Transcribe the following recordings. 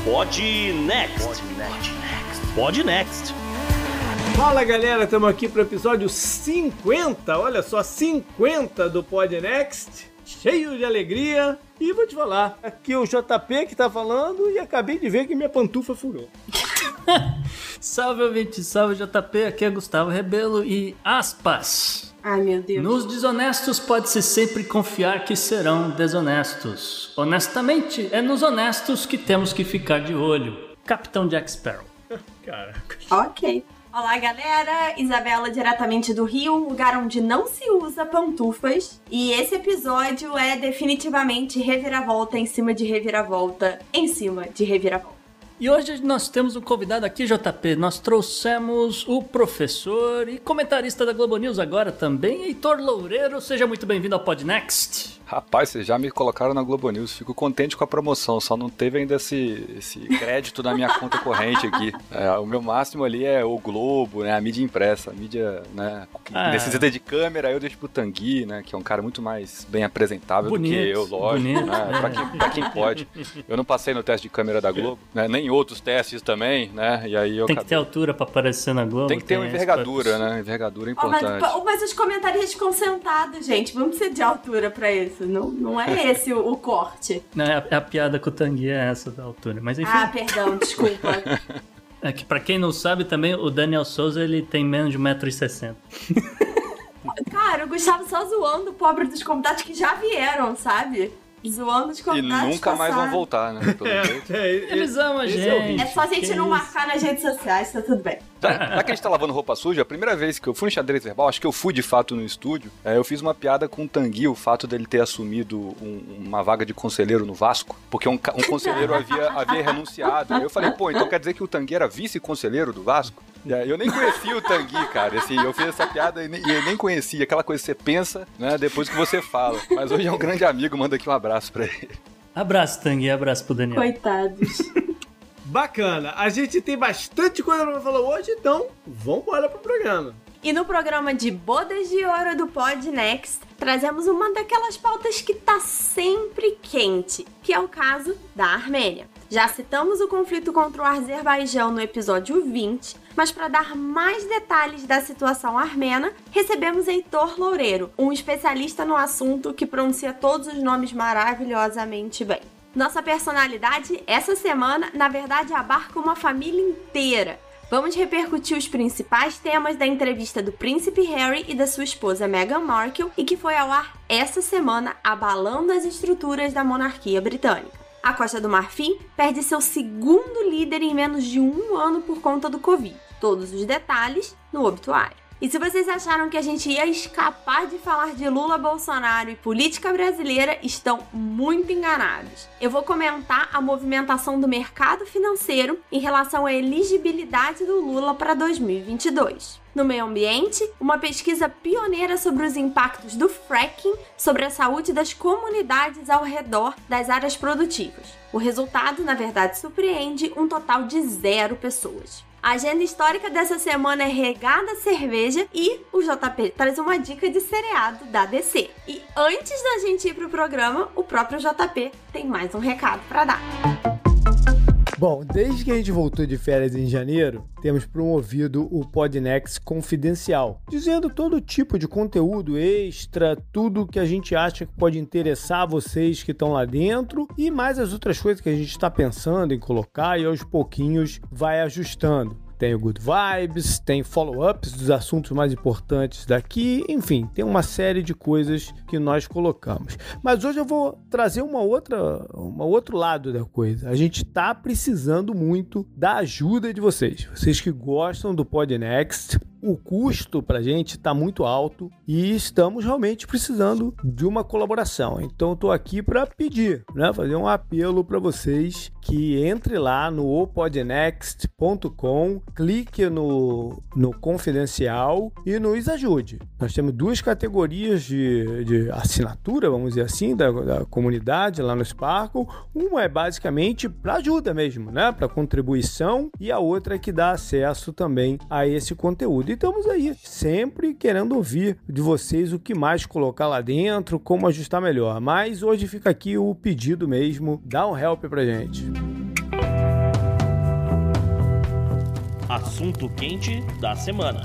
Pod Next. Pod Next. Fala galera, estamos aqui para o episódio 50, olha só, 50 do Pod Next, cheio de alegria. E vou te falar, aqui é o JP que tá falando e acabei de ver que minha pantufa furou. Salve ouvinte, salve JP, aqui é Gustavo Rebelo e aspas. Ai meu Deus. Nos desonestos pode-se sempre confiar que serão desonestos. Honestamente, é nos honestos que temos que ficar de olho. Capitão Jack Sparrow. Caraca. Ok. Olá galera, Isabela diretamente do Rio, um lugar onde não se usa pantufas. E esse episódio é definitivamente reviravolta em cima de reviravolta em cima de reviravolta. E hoje nós temos um convidado aqui, JP. Nós trouxemos o professor e comentarista da Globo News agora também, Heitor Loureiro. Seja muito bem-vindo ao Pod Next. Rapaz, vocês já me colocaram na Globo News, fico contente com a promoção, só não teve ainda esse crédito na minha conta corrente aqui. O meu máximo ali é o Globo, né, a mídia impressa, a mídia, né, que necessita de câmera, eu deixo pro Tanguy, né, que é um cara muito mais bem apresentável bonito, do que eu, lógico, né, pra quem pode. Eu não passei no teste de câmera da Globo, né, nem outros testes também, né, e aí eu Tem que ter altura pra aparecer na Globo. Tem que ter uma envergadura, né, envergadura é importante. Mas os comentários ficam sentados, gente, vamos precisar de altura pra isso. Não é esse o corte. Não, a piada com o Tanguy é essa da altura, mas enfim. Ah, perdão, desculpa. É que pra quem não sabe também, o Daniel Souza, ele tem menos de 1,60 m. Cara, o Gustavo só zoando o pobre dos convidados que já vieram, sabe? Zoando os convidados. E nunca mais vão voltar, né? Pelo jeito. Eles amam a gente. É só a gente não marcar nas redes sociais, tá tudo bem. Já que a gente tá lavando roupa suja, a primeira vez que eu fui no xadrez verbal, acho que eu fui de fato no estúdio, eu fiz uma piada com o Tanguy, o fato dele ter assumido uma vaga de conselheiro no Vasco, porque um conselheiro havia renunciado. Aí eu falei, pô, então quer dizer que o Tanguy era vice-conselheiro do Vasco? Eu nem conhecia o Tanguy, cara. Assim, eu fiz essa piada e eu nem conhecia. Aquela coisa que você pensa, né, depois que você fala. Mas hoje é um grande amigo, manda aqui um abraço pra ele. Abraço, Tanguy, abraço pro Daniel. Coitados. Bacana, a gente tem bastante coisa pra falar hoje, então vamos embora pro programa. E no programa de Bodas de Ouro do Pod Next, trazemos uma daquelas pautas que tá sempre quente, que é o caso da Armênia. Já citamos o conflito contra o Azerbaijão no episódio 20, mas para dar mais detalhes da situação armena, recebemos Heitor Loureiro, um especialista no assunto que pronuncia todos os nomes maravilhosamente bem. Nossa personalidade, essa semana, na verdade, abarca uma família inteira. Vamos repercutir os principais temas da entrevista do Príncipe Harry e da sua esposa Meghan Markle e que foi ao ar essa semana, abalando as estruturas da monarquia britânica. A Costa do Marfim perde seu segundo líder em menos de um ano por conta do Covid. Todos os detalhes no obituário. E se vocês acharam que a gente ia escapar de falar de Lula, Bolsonaro e política brasileira, estão muito enganados. Eu vou comentar a movimentação do mercado financeiro em relação à elegibilidade do Lula para 2022. No meio ambiente, uma pesquisa pioneira sobre os impactos do fracking sobre a saúde das comunidades ao redor das áreas produtivas. O resultado, na verdade, surpreende um total de 0 pessoas. A agenda histórica dessa semana é regada a cerveja e o JP traz uma dica de seriado da DC. E antes da gente ir pro programa, o próprio JP tem mais um recado para dar. Bom, desde que a gente voltou de férias em janeiro, temos promovido o Podnext Confidencial, dizendo todo tipo de conteúdo extra, tudo que a gente acha que pode interessar vocês que estão lá dentro e mais as outras coisas que a gente está pensando em colocar e aos pouquinhos vai ajustando. Tem o Good Vibes, tem follow-ups dos assuntos mais importantes daqui, enfim, tem uma série de coisas que nós colocamos. Mas hoje eu vou trazer um outro lado da coisa. A gente está precisando muito da ajuda de vocês. Vocês que gostam do Podnext, o custo pra gente está muito alto e estamos realmente precisando de uma colaboração. Então eu tô aqui para pedir, né, fazer um apelo para vocês que entre lá no opodnext.com, clique no confidencial e nos ajude. Nós temos 2 categorias de assinatura, vamos dizer assim, da comunidade lá no Sparkle. Uma é basicamente para ajuda mesmo, né, para contribuição, e a outra é que dá acesso também a esse conteúdo. E estamos aí, sempre querendo ouvir de vocês o que mais colocar lá dentro, como ajustar melhor. Mas hoje fica aqui o pedido mesmo, dá um help pra gente. Assunto quente da semana.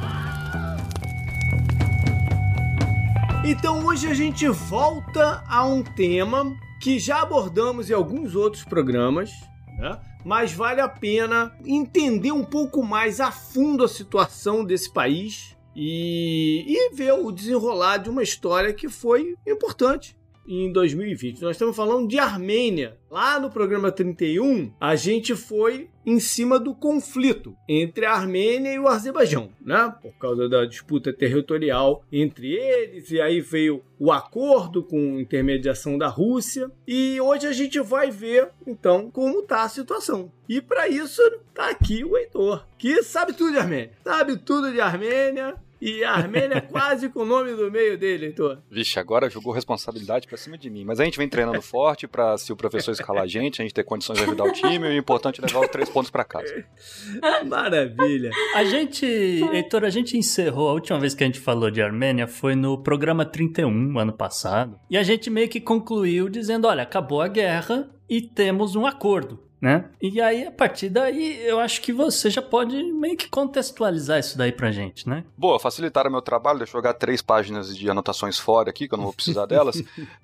Então hoje a gente volta a um tema que já abordamos em alguns outros programas, né? Mas vale a pena entender um pouco mais a fundo a situação desse país e ver o desenrolar de uma história que foi importante em 2020. Nós estamos falando de Armênia. Lá no programa 31, a gente foi em cima do conflito entre a Armênia e o Azerbaijão, né? Por causa da disputa territorial entre eles, e aí veio o acordo com intermediação da Rússia. E hoje a gente vai ver, então, como está a situação. E para isso, tá aqui o Heitor, que sabe tudo de Armênia. Sabe tudo de Armênia. E a Armênia é quase com o nome do meio dele, Heitor. Vixe, agora jogou responsabilidade pra cima de mim. Mas a gente vem treinando forte pra, se o professor escalar a gente ter condições de ajudar o time, e o importante é levar os 3 pontos pra casa. Maravilha. Heitor, a gente encerrou, a última vez que a gente falou de Armênia foi no programa 31, ano passado. E a gente meio que concluiu dizendo, olha, acabou a guerra e temos um acordo. Né? E aí, a partir daí, eu acho que você já pode meio que contextualizar isso daí pra gente, né? Boa, facilitaram meu trabalho, deixa eu jogar 3 páginas de anotações fora aqui, que eu não vou precisar delas.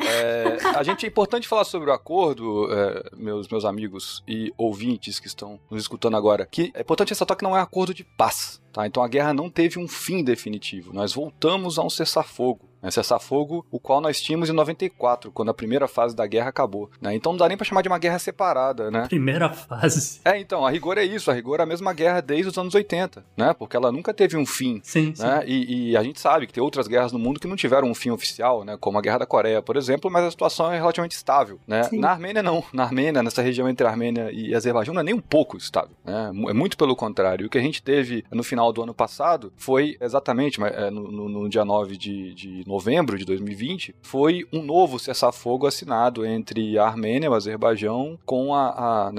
É importante falar sobre o acordo, meus amigos e ouvintes que estão nos escutando agora, que é importante ressaltar que não é acordo de paz, tá? Então a guerra não teve um fim definitivo, nós voltamos a um cessar-fogo. Cessar-fogo, o qual nós tínhamos em 94, quando a primeira fase da guerra acabou, né? Então não dá nem pra chamar de uma guerra separada, né? Primeira fase. Então, a rigor é isso, a rigor é a mesma guerra desde os anos 80, né? Porque ela nunca teve um fim, sim, né? Sim. E a gente sabe que tem outras guerras no mundo que não tiveram um fim oficial, né? Como a Guerra da Coreia, por exemplo, mas a situação é relativamente estável, né? Sim. Na Armênia, não. Na Armênia, nessa região entre a Armênia e Azerbaijão, não é nem um pouco estável, né? É muito pelo contrário. O que a gente teve no final do ano passado foi exatamente no dia 9 de novembro de 2020, foi um novo cessar-fogo assinado entre a Armênia e o Azerbaijão com a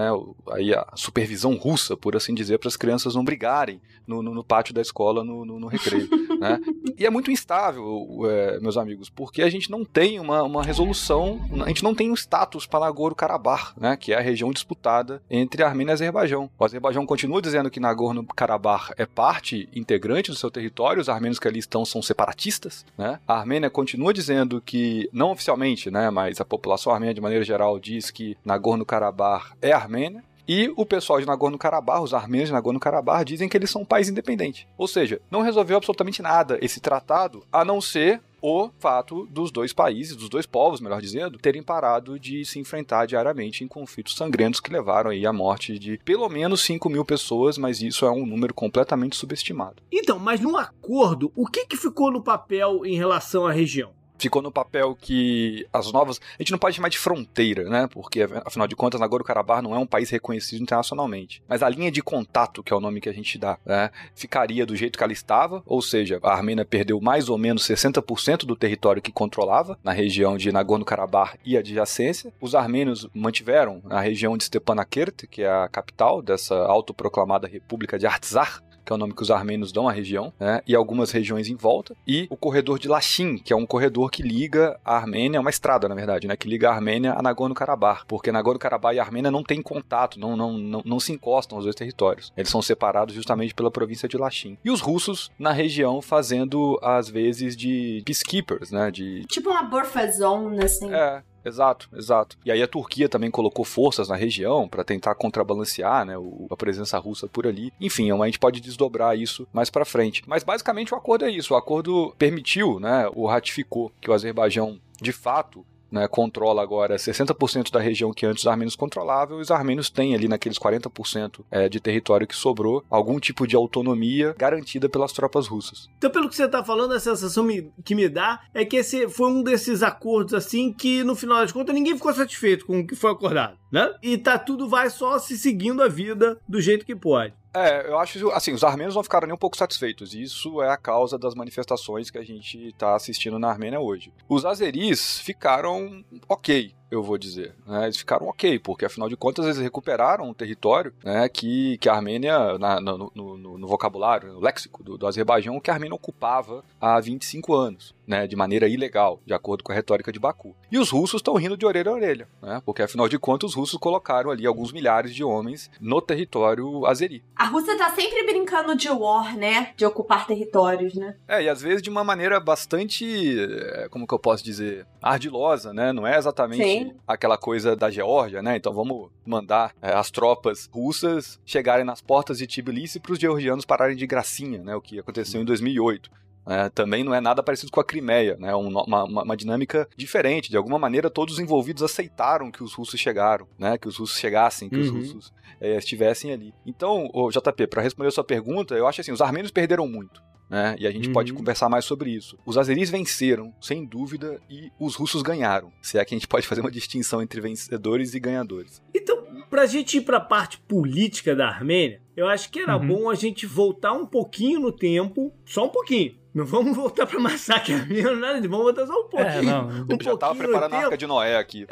supervisão russa, por assim dizer, para as crianças não brigarem no pátio da escola no recreio, né? E é muito instável, meus amigos, porque a gente não tem uma resolução, a gente não tem um status para Nagorno-Karabakh, né? Que é a região disputada entre a Armênia e o Azerbaijão. O Azerbaijão continua dizendo que Nagorno-Karabakh é parte integrante do seu território, os armênios que ali estão são separatistas, né? A Armênia continua dizendo que, não oficialmente, né, mas a população armênia de maneira geral diz que Nagorno-Karabakh é Armênia. E o pessoal de Nagorno-Karabakh, os armênios de Nagorno-Karabakh, dizem que eles são um país independente. Ou seja, não resolveu absolutamente nada esse tratado, a não ser o fato dos dois países, dos dois povos, melhor dizendo, terem parado de se enfrentar diariamente em conflitos sangrentos que levaram aí à morte de pelo menos 5 mil pessoas, mas isso é um número completamente subestimado. Então, mas no acordo, o que ficou no papel em relação à região? Ficou no papel que as novas... A gente não pode chamar de fronteira, né? Porque, afinal de contas, Nagorno-Karabakh não é um país reconhecido internacionalmente. Mas a linha de contato, que é o nome que a gente dá, né, ficaria do jeito que ela estava, ou seja, a Armênia perdeu mais ou menos 60% do território que controlava na região de Nagorno-Karabakh e adjacência. Os armênios mantiveram a região de Stepanakert, que é a capital dessa autoproclamada República de Artsakh, que é o nome que os armênios dão à região, né, e algumas regiões em volta, e o corredor de Lachin, que é um corredor que liga a Armênia, uma estrada, na verdade, né, que liga a Armênia a Nagorno-Karabakh, porque Nagorno-Karabakh e a Armênia não têm contato, não se encostam os dois territórios. Eles são separados justamente pela província de Lachin. E os russos na região fazendo, às vezes, de peacekeepers, né, de... Tipo uma buffer zone, assim. Exato. E aí a Turquia também colocou forças na região para tentar contrabalancear, né, a presença russa por ali. Enfim, a gente pode desdobrar isso mais para frente. Mas basicamente o acordo é isso. O acordo permitiu, né, ratificou que o Azerbaijão, de fato, né, controla agora 60% da região que antes os armênios controlavam, e os armênios têm ali naqueles 40% de território que sobrou algum tipo de autonomia garantida pelas tropas russas. Então, pelo que você está falando, a sensação que me dá é que esse foi um desses acordos assim que, no final das contas, ninguém ficou satisfeito com o que foi acordado, né? E tudo vai só se seguindo a vida do jeito que pode. Eu acho, assim, os armênios não ficaram nem um pouco satisfeitos. Isso é a causa das manifestações que a gente está assistindo na Armênia hoje. Os azeris ficaram ok, eu vou dizer, né? Eles ficaram ok, porque afinal de contas eles recuperaram um território, né, que a Armênia, no vocabulário, no léxico do Azerbaijão, que a Armênia ocupava há 25 anos. né, de maneira ilegal, de acordo com a retórica de Baku. E os russos estão rindo de orelha a orelha, né, porque afinal de contas os russos colocaram ali alguns milhares de homens no território azeri. A Rússia tá sempre brincando de war, né? De ocupar territórios, né? E às vezes de uma maneira bastante, como que eu posso dizer, ardilosa, né? Não é exatamente aquela coisa da Geórgia, né? Então vamos mandar as tropas russas chegarem nas portas de Tbilisi para os georgianos pararem de gracinha, né? O que aconteceu em 2008. Também não é nada parecido com a Crimeia, né? Uma dinâmica diferente. De alguma maneira, todos os envolvidos aceitaram que os russos chegaram, né? Que os russos chegassem, que os russos estivessem ali. Então, JP, para responder a sua pergunta, eu acho assim, os armênios perderam muito, né? E a gente pode conversar mais sobre isso. Os azeris venceram, sem dúvida, e os russos ganharam. Se é que a gente pode fazer uma distinção entre vencedores e ganhadores. Então, pra gente ir pra parte política da Armênia, eu acho que era bom a gente voltar um pouquinho no tempo, só um pouquinho. Não vamos voltar pra massacre armênio, nada, vamos voltar só um pouquinho. Eu já tava preparando a Arca de Noé aqui.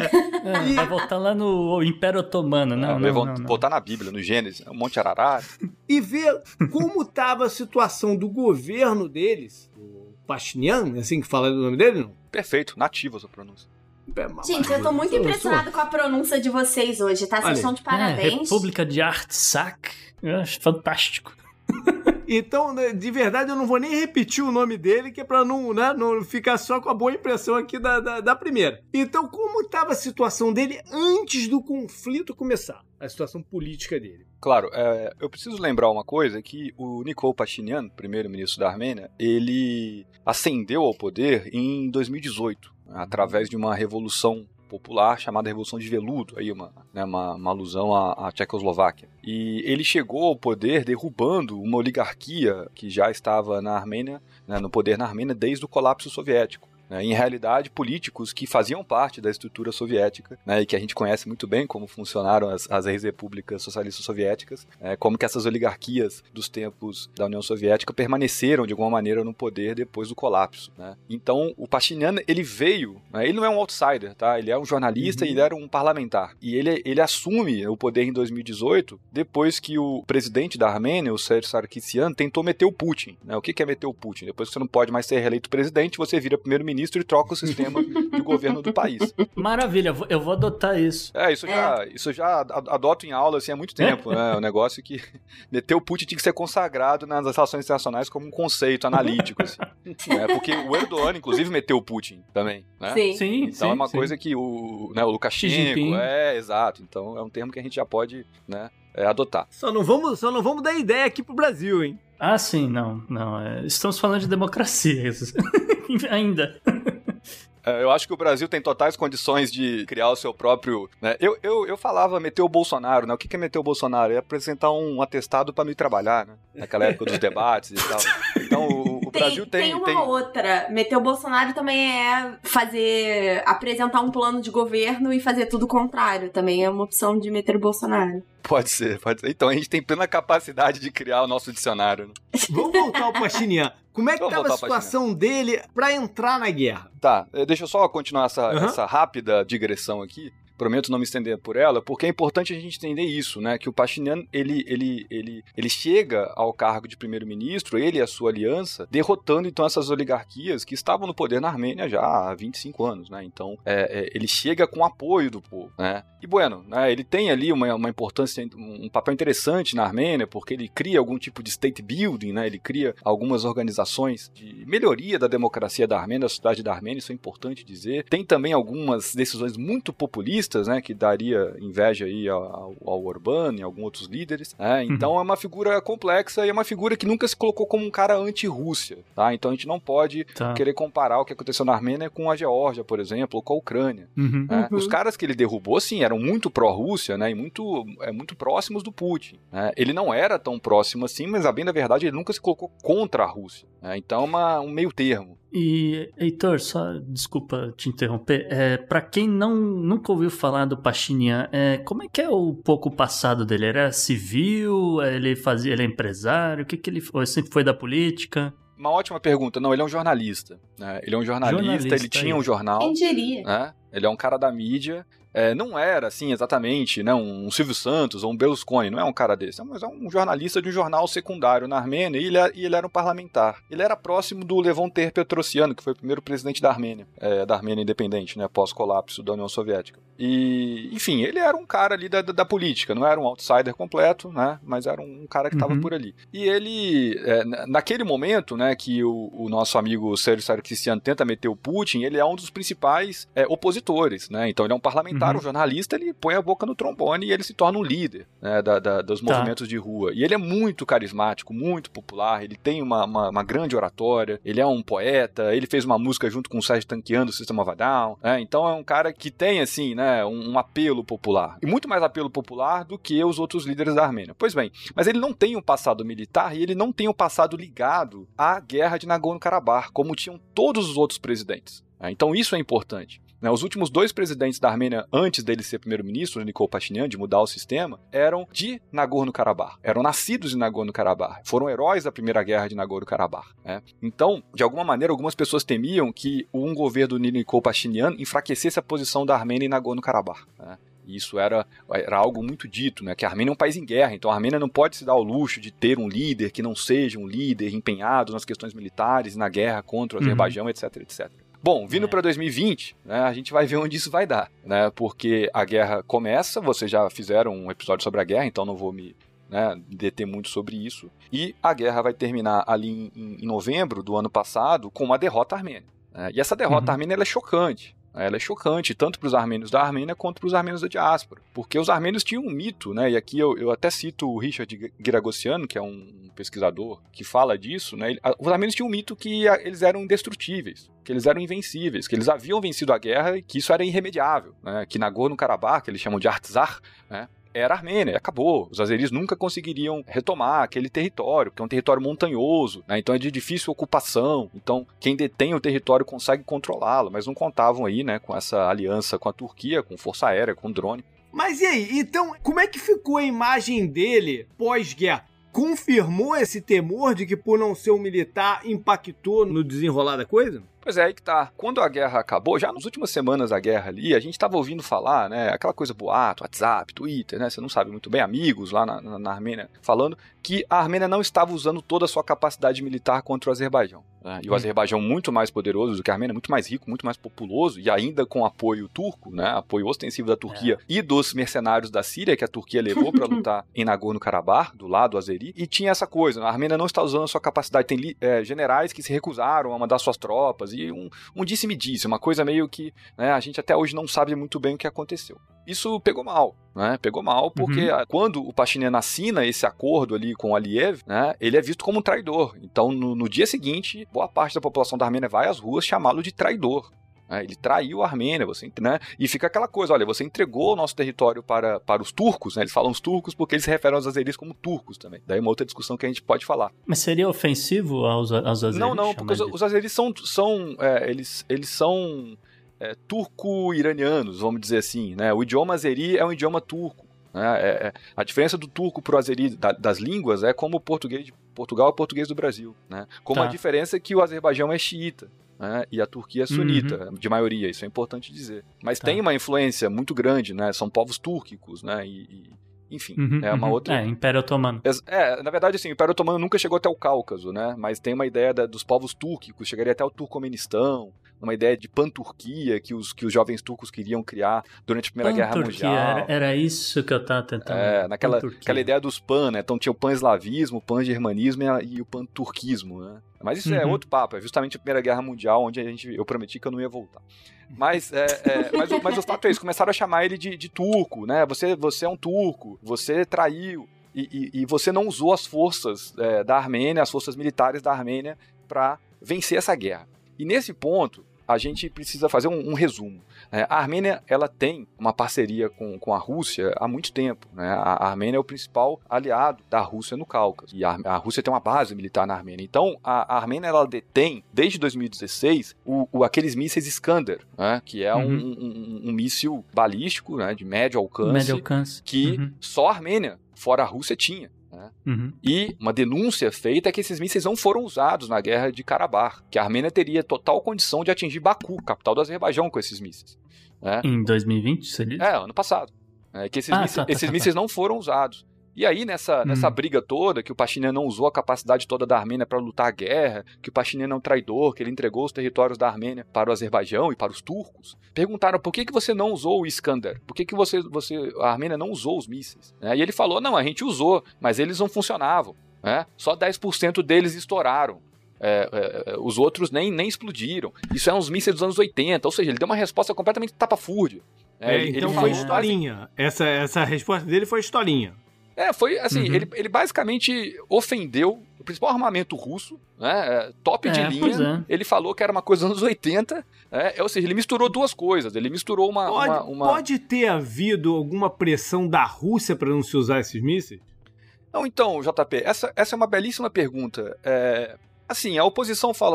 Vai voltar lá no Império Otomano, não. Voltar na Bíblia, no Gênesis, Monte Ararat. E ver como tava a situação do governo deles, o Pashinyan, assim que fala do nome dele, não? Perfeito, nativa a sua pronúncia. Gente, eu tô muito impressionado com a pronúncia de vocês hoje, tá? Vocês estão de parabéns. República de Artsakh. Eu acho fantástico. Então, de verdade, eu não vou nem repetir o nome dele, que é pra não ficar só com a boa impressão aqui da primeira. Então, como estava a situação dele antes do conflito começar? A situação política dele. Claro, eu preciso lembrar uma coisa, que o Nikol Pashinyan, primeiro-ministro da Armênia, ele ascendeu ao poder em 2018, através de uma revolução popular chamada Revolução de Veludo, aí uma alusão à Tchecoslováquia. E ele chegou ao poder derrubando uma oligarquia que já estava na Armênia, né, no poder na Armênia desde o colapso soviético. Em realidade, políticos que faziam parte da estrutura soviética, né, e que a gente conhece muito bem como funcionaram as ex-repúblicas socialistas soviéticas, como que essas oligarquias dos tempos da União Soviética permaneceram de alguma maneira no poder depois do colapso, né? Então, o Pashinyan, ele veio, né, ele não é um outsider, tá? Ele é um jornalista e ele era um parlamentar. E ele assume o poder em 2018, depois que o presidente da Armênia, o Sérgio Sarkisian, tentou meter o Putin, né? O que é meter o Putin? Depois que você não pode mais ser reeleito presidente, você vira primeiro-ministro e troca o sistema de governo do país. Maravilha, eu vou adotar isso. Isso já adoto em aula assim, há muito tempo, né? O negócio que meter o Putin tinha que ser consagrado nas relações internacionais como um conceito analítico, assim. Porque o Erdogan, inclusive, meteu o Putin também, né? Sim. Então é uma coisa que o Lukashenko... exato. Então é um termo que a gente já pode, né, adotar. Só não vamos dar ideia aqui pro Brasil, hein? Ah, sim, não. Estamos falando de democracia ainda. Eu acho que o Brasil tem totais condições de criar o seu próprio... Né? Eu falava meter o Bolsonaro, né? O que é meter o Bolsonaro? É apresentar um atestado para não ir trabalhar, né? Naquela época dos debates e tal. Então, o Brasil tem... Tem uma outra. Meter o Bolsonaro também é apresentar um plano de governo e fazer tudo o contrário. Também é uma opção de meter o Bolsonaro. Pode ser. Então a gente tem plena capacidade de criar o nosso dicionário, né? Vamos voltar ao Pashinyan. Como é que estava a situação dele para entrar na guerra? Tá, deixa eu só continuar essa rápida digressão aqui. Prometo não me estender por ela, porque é importante a gente entender isso, né? Que o Pashinyan, ele chega ao cargo de primeiro-ministro, ele e a sua aliança, derrotando então essas oligarquias que estavam no poder na Armênia já há 25 anos, né? Então, ele chega com apoio do povo, né? E, bueno, né, ele tem ali uma importância, um papel interessante na Armênia, porque ele cria algum tipo de state building, né? Ele cria algumas organizações de melhoria da democracia da Armênia, da sociedade da Armênia, isso é importante dizer. Tem também algumas decisões muito populistas, né, que daria inveja aí ao Orbán e a alguns outros líderes, né? Então é uma figura complexa e é uma figura que nunca se colocou como um cara anti-Rússia, tá? Então a gente não pode querer comparar o que aconteceu na Armênia com a Geórgia, por exemplo, ou com a Ucrânia. Né? Os caras que ele derrubou, sim, eram muito pró-Rússia, né, e muito próximos do Putin, né? Ele não era tão próximo assim, mas a bem da verdade ele nunca se colocou contra a Rússia, né? Então é um meio termo. E, Heitor, só desculpa te interromper, pra quem nunca ouviu falar do Pashinyan, como é que é o pouco passado dele? Era civil? Ele é empresário? O que ele foi? Sempre foi da política? Uma ótima pergunta. Não, ele é um jornalista, né? Ele é um jornalista, ele tinha um jornal. Quem diria? Né? Ele é um cara da mídia não era, assim, exatamente, né, um Silvio Santos ou um Berlusconi, não é um cara desse, mas é um jornalista de um jornal secundário na Armênia, e ele era um parlamentar. Ele era próximo do Levon Ter-Petrosyan, que foi o primeiro presidente da Armênia independente, né, pós-colapso da União Soviética. E, enfim, ele era um cara ali da política, não era um outsider completo, né, mas era um cara que estava por ali. E ele, naquele momento, né, que o nosso amigo Sérgio Sarkisian tenta meter o Putin, ele é um dos principais opositores, né, então ele é um parlamentar, um jornalista, ele põe a boca no trombone e ele se torna um líder, né, dos movimentos de rua. E ele é muito carismático, muito popular, ele tem uma grande oratória, ele é um poeta, ele fez uma música junto com o Sérgio Tankian do System of a Down, né, então é um cara que tem, assim, né, um apelo popular, e muito mais apelo popular do que os outros líderes da Armênia. Pois bem, mas ele não tem um passado militar e ele não tem um passado ligado à guerra de Nagorno-Karabakh, como tinham todos os outros presidentes. Então isso é importante. Os últimos 2 presidentes da Armênia, antes dele ser primeiro-ministro, Nikol Pashinyan, de mudar o sistema, eram de Nagorno-Karabakh, eram nascidos em Nagorno-Karabakh, foram heróis da primeira guerra de Nagorno-Karabakh. Então, de alguma maneira, algumas pessoas temiam que um governo do Nikol Pashinyan enfraquecesse a posição da Armênia em Nagorno-Karabakh. Isso era algo muito dito, né? Que a Armênia é um país em guerra, então a Armênia não pode se dar ao luxo de ter um líder que não seja um líder empenhado nas questões militares, na guerra contra o Azerbaijão, etc, etc. Bom, vindo para 2020, né, a gente vai ver onde isso vai dar, né, porque a guerra começa, vocês já fizeram um episódio sobre a guerra, então não vou me deter muito sobre isso, e a guerra vai terminar ali em novembro do ano passado com uma derrota armênia. E essa derrota armênia ela é chocante. Ela é chocante, tanto para os armênios da Armênia quanto para os armênios da diáspora. Porque os armênios tinham um mito, né? E aqui eu até cito o Richard Giragossian, que é um pesquisador que fala disso, né? Os armênios tinham um mito que eles eram indestrutíveis, que eles eram invencíveis, que eles haviam vencido a guerra e que isso era irremediável, né? Que Nagorno-Karabakh, que eles chamam de Artsakh, né? Era a Armênia, acabou. Os azeris nunca conseguiriam retomar aquele território, que é um território montanhoso, né? Então é de difícil ocupação. Então quem detém o território consegue controlá-lo, mas não contavam aí, né, com essa aliança com a Turquia, com força aérea, com drone. Mas e aí? Então, como é que ficou a imagem dele pós-guerra? Confirmou esse temor de que, por não ser um militar, impactou no desenrolar da coisa? Pois é, aí que tá. Quando a guerra acabou, já nas últimas semanas da guerra ali, a gente tava ouvindo falar, né, aquela coisa boato, WhatsApp, Twitter, né, você não sabe muito bem, amigos lá na Armênia, falando que a Armênia não estava usando toda a sua capacidade militar contra o Azerbaijão. Né, e o Azerbaijão muito mais poderoso do que a Armênia, muito mais rico, muito mais populoso, e ainda com apoio turco, né, apoio ostensivo da Turquia e dos mercenários da Síria, que a Turquia levou para lutar em Nagorno-Karabakh, do lado azeri, e tinha essa coisa, a Armênia não está usando a sua capacidade, tem generais que se recusaram a mandar suas tropas, e um disse-me-disse, uma coisa meio que, né, a gente até hoje não sabe muito bem o que aconteceu. Isso pegou mal, né? Pegou mal porque quando o Pashinyan assina esse acordo ali com o Aliyev, né, ele é visto como um traidor. Então, no dia seguinte, boa parte da população da Armênia vai às ruas chamá-lo de traidor. Ele traiu a Armênia, né? E fica aquela coisa, olha, você entregou o nosso território para os turcos, né? Eles falam os turcos porque eles se referem aos azeris como turcos também. Daí uma outra discussão que a gente pode falar. Mas seria ofensivo aos azeris? Não, porque os azeris eles são turco-iranianos, vamos dizer assim, né? O idioma azeri é um idioma turco. Né? A diferença do turco para o azeri das línguas é como o português de Portugal é o português do Brasil, né? Como a diferença é que o Azerbaijão é xiita, né? E a Turquia é sunita, de maioria, isso é importante dizer. Mas tem uma influência muito grande, né? São povos túrquicos, né? Enfim, é uma outra... Império Otomano. Na verdade, assim, o Império Otomano nunca chegou até o Cáucaso, né? Mas tem uma ideia dos povos túrquicos, chegaria até o Turcomenistão, uma ideia de pan-Turquia que os jovens turcos queriam criar durante a Primeira Guerra Mundial. Era isso que eu tava tentando. Aquela ideia dos pan, né? Então tinha o pan-eslavismo, o pan-germanismo e o pan-turquismo, né? Mas isso é outro papo, é justamente a Primeira Guerra Mundial, onde eu prometi que eu não ia voltar. Mas o fato é isso, começaram a chamar ele de turco, né? Você é um turco, você traiu, e você não usou as forças da Armênia, as forças militares da Armênia para vencer essa guerra. E nesse ponto, a gente precisa fazer um resumo. A Armênia ela tem uma parceria com a Rússia há muito tempo. Né? A Armênia é o principal aliado da Rússia no Cáucaso. E a Rússia tem uma base militar na Armênia. Então, a Armênia ela detém, desde 2016, aqueles mísseis Iskander, né? Que é um míssil balístico, né? De médio alcance, que só a Armênia, fora a Rússia, tinha. né? E uma denúncia feita é que esses mísseis não foram usados na guerra de Karabakh, que a Armênia teria total condição de atingir Baku, capital do Azerbaijão, com esses mísseis. Né? Em 2020, você disse? Ano passado. Que esses mísseis não foram usados. E aí, nessa briga toda, que o Pashinyan não usou a capacidade toda da Armênia para lutar a guerra, que o Pashinyan é um traidor, que ele entregou os territórios da Armênia para o Azerbaijão e para os turcos, perguntaram por que você não usou o Iskander? Por que a Armênia não usou os mísseis? E ele falou, não, a gente usou, mas eles não funcionavam. Só 10% deles estouraram. Os outros nem explodiram. Isso é uns mísseis dos anos 80, ou seja, ele deu uma resposta completamente tapafúrdia. Então foi historinha. Essa resposta dele foi historinha. Foi assim, ele basicamente ofendeu o principal armamento russo, né, top de linha. Ele falou que era uma coisa dos anos 80, ou seja, ele misturou duas coisas. Ele misturou uma... Pode ter havido alguma pressão da Rússia para não se usar esses mísseis? Não, então, JP, essa é uma belíssima pergunta. Assim, a oposição fala,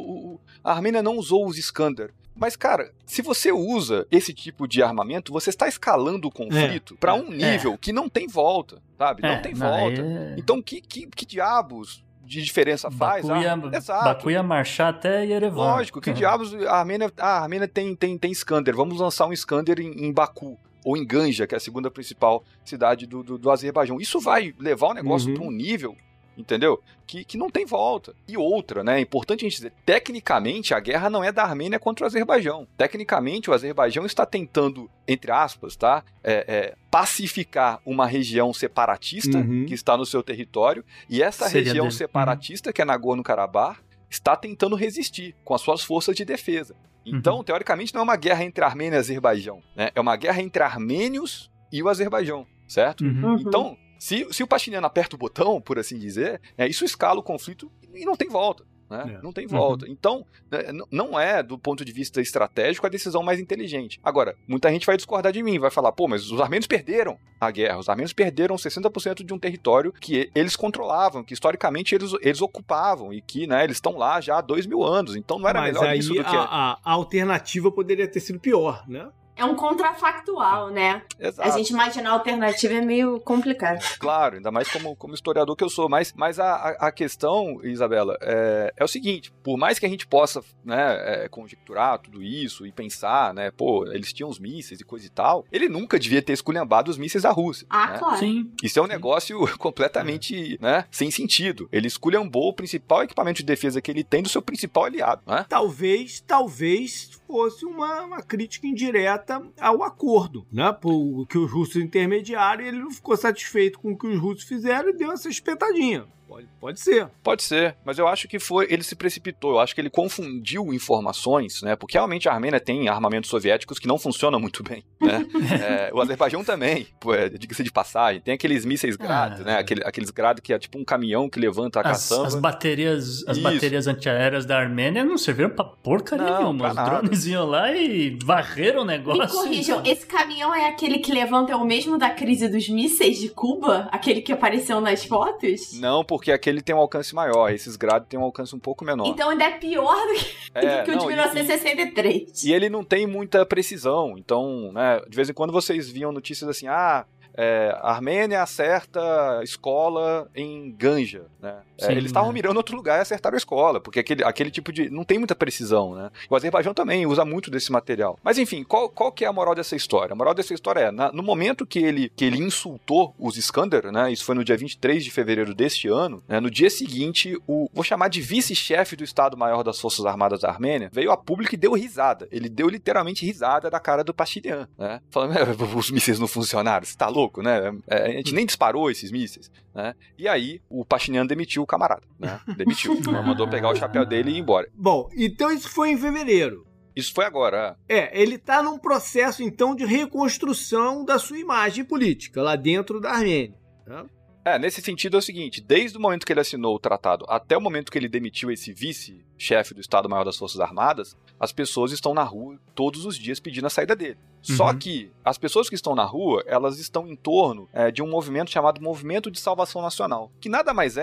a Armênia não usou os Iskander. Mas, cara, se você usa esse tipo de armamento, você está escalando o conflito para um nível que não tem volta, sabe? Não tem volta. Então, que diabos de diferença faz? Exato. Baku ia marchar até Yerevan. Lógico, que diabos a Armênia tem Iskander. Vamos lançar um Iskander em Baku. Ou em Ganja, que é a segunda principal cidade do Azerbaijão. Isso vai levar o negócio para um nível, entendeu? Que não tem volta. E outra, né? É importante a gente dizer, tecnicamente a guerra não é da Armênia contra o Azerbaijão. Tecnicamente o Azerbaijão está tentando, entre aspas, tá? Pacificar uma região separatista que está no seu território, e essa região separatista, que é Nagorno-Karabakh, está tentando resistir com as suas forças de defesa. Então, teoricamente, não é uma guerra entre Armênia e Azerbaijão, né? É uma guerra entre armênios e o Azerbaijão, certo? Então, se o Pashinyan aperta o botão, por assim dizer, isso escala o conflito e não tem volta. Né? Não tem volta. Então, não é, do ponto de vista estratégico, a decisão mais inteligente. Agora, muita gente vai discordar de mim, vai falar, mas os armênios perderam a guerra. Os armênios perderam 60% de um território que eles controlavam, que historicamente eles ocupavam e que, né, eles estão lá já há 2000 anos. Então não era melhor isso do que... a alternativa poderia ter sido pior, né? É um contrafactual, né? Exato. A gente imaginar a alternativa é meio complicado. Claro, ainda mais como historiador que eu sou. Mas a questão, Isabela, é o seguinte, por mais que a gente possa, né, conjecturar tudo isso e pensar, né, eles tinham os mísseis e coisa e tal, ele nunca devia ter esculhambado os mísseis da Rússia. Né? Claro. Sim. Isso é um negócio completamente, né, sem sentido. Ele esculhambou o principal equipamento de defesa que ele tem do seu principal aliado. Né? Talvez fosse uma crítica indireta ao acordo, né? Porque os russos intermediaram e ele não ficou satisfeito com o que os russos fizeram e deu essa espetadinha. Pode ser. Pode ser, mas eu acho que ele se precipitou, eu acho que ele confundiu informações, né? Porque realmente a Armênia tem armamentos soviéticos que não funcionam muito bem, né? O Azerbaijão também, diga-se de passagem, tem aqueles mísseis Grad, né? Aqueles Grad que é tipo um caminhão que levanta a caçamba. As baterias antiaéreas da Armênia não serviram pra porcaria nenhuma. Os drones iam lá e varreram o negócio. Me corrijam, esse caminhão é aquele que levanta, é o mesmo da crise dos mísseis de Cuba? Aquele que apareceu nas fotos? Não, porque aquele tem um alcance maior, esses Grad tem um alcance um pouco menor. Então ainda é pior do que o de 1963. E ele não tem muita precisão, então, né, de vez em quando vocês viam notícias assim, a Armênia acerta escola em Ganja, né? Eles estavam mirando outro lugar e acertaram a escola, porque aquele tipo de... não tem muita precisão, né? O Azerbaijão também usa muito desse material. Mas enfim, qual que é a moral dessa história? A moral dessa história é, no momento que ele insultou os Iskander, né? Isso foi no dia 23 de fevereiro deste ano, né? No dia seguinte, vou chamar de vice-chefe do Estado-Maior das Forças Armadas da Armênia, veio a público e deu risada. Ele deu literalmente risada da cara do Pashinyan, né? Falando, os mísseis não funcionaram, você tá louco, né? A gente nem disparou esses mísseis, né? E aí, o Pashinyan demitiu o camarada, né? Demitiu. Mandou pegar o chapéu dele e ir embora. Bom, então isso foi em fevereiro. Isso foi agora. Ele tá num processo, então, de reconstrução da sua imagem política lá dentro da Armênia. Né? Nesse sentido é o seguinte, desde o momento que ele assinou o tratado até o momento que ele demitiu esse vice-chefe do Estado-Maior das Forças Armadas, as pessoas estão na rua todos os dias pedindo a saída dele. Só que as pessoas que estão na rua, elas estão em torno de um movimento chamado Movimento de Salvação Nacional, que nada mais é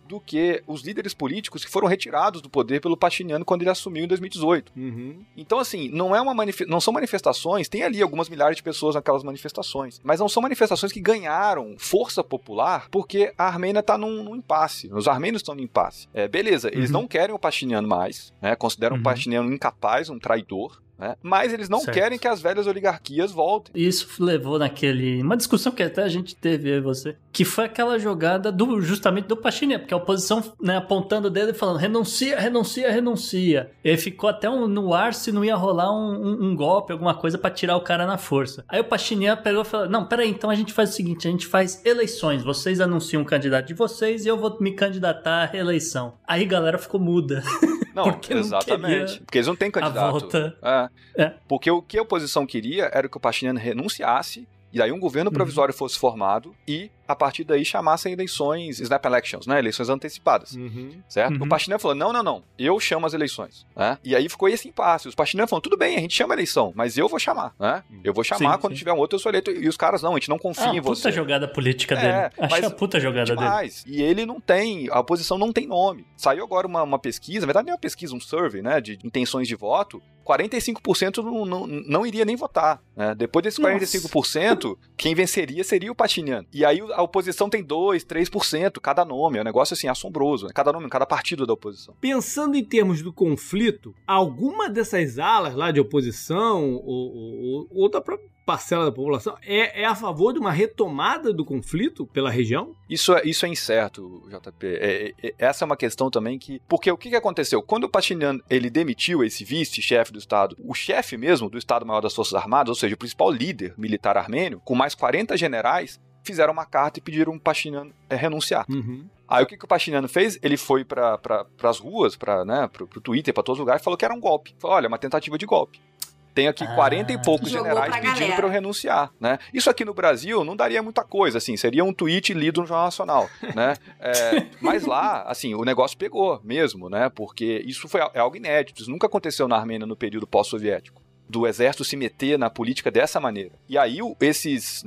do que os líderes políticos que foram retirados do poder pelo Pashinyan quando ele assumiu em 2018. Então, assim, não são manifestações, tem ali algumas milhares de pessoas naquelas manifestações, mas não são manifestações que ganharam força popular porque a Armênia está num impasse. Os armênios estão no impasse. Beleza, eles não querem o Pashinyan mais, né, consideram o Pashinyan um incapaz, um traidor, né? Mas eles não querem que as velhas oligarquias voltem. Isso levou uma discussão que até a gente teve, eu e você, que foi aquela jogada justamente do Pashinyan, porque a oposição, né, apontando o dedo e falando renuncia, renuncia, renuncia. Ele ficou até no ar se não ia rolar um golpe, alguma coisa pra tirar o cara na força. Aí o Pashinyan pegou e falou, não, peraí, então a gente faz o seguinte, a gente faz eleições, vocês anunciam um candidato de vocês e eu vou me candidatar à reeleição. Aí a galera ficou muda. Não, exatamente. Porque eles não têm candidato. A volta. Porque o que a oposição queria era que o Pashinyan renunciasse e aí um governo provisório fosse formado e, a partir daí, chamassem eleições, snap elections, né? Eleições antecipadas, certo? O Pashinyan falou, não, eu chamo as eleições, né? E aí ficou esse impasse. Os Pashinyan falaram, tudo bem, a gente chama a eleição, mas eu vou chamar, né? Eu vou chamar quando tiver um outro, eu sou eleito. E os caras, não, a gente não confia em você. Puta jogada política dele. Achei a puta jogada demais. Dele. E ele não tem, a oposição não tem nome. Saiu agora uma pesquisa, na verdade nem uma pesquisa, um survey, né? De intenções de voto, 45% não iria nem votar, né? Depois desses 45%, quem venceria seria o Pashinyan. E aí a oposição tem 2%, 3%, cada nome. É um negócio assim, assombroso, né? Cada nome, cada partido da oposição. Pensando em termos do conflito, alguma dessas alas lá de oposição ou outra parcela da população é a favor de uma retomada do conflito pela região? Isso é incerto, JP. Essa é uma questão também que... Porque o que aconteceu? Quando o Pashinyan ele demitiu esse vice-chefe do Estado, o chefe mesmo do Estado-Maior das Forças Armadas, ou seja, o principal líder militar armênio, com mais 40 generais, fizeram uma carta e pediram o Pashinyan renunciar. Aí o que o Pashinyan fez? Ele foi para as ruas, pro Twitter, para todos os lugares, e falou que era um golpe. Falou, olha, uma tentativa de golpe. Tem aqui 40 e poucos generais pedindo para eu renunciar, né? Isso aqui no Brasil não daria muita coisa, assim, seria um tweet lido no Jornal Nacional, né? Mas lá, assim, o negócio pegou mesmo, né? Porque isso é algo inédito, isso nunca aconteceu na Armênia no período pós-soviético, do exército se meter na política dessa maneira. E aí esses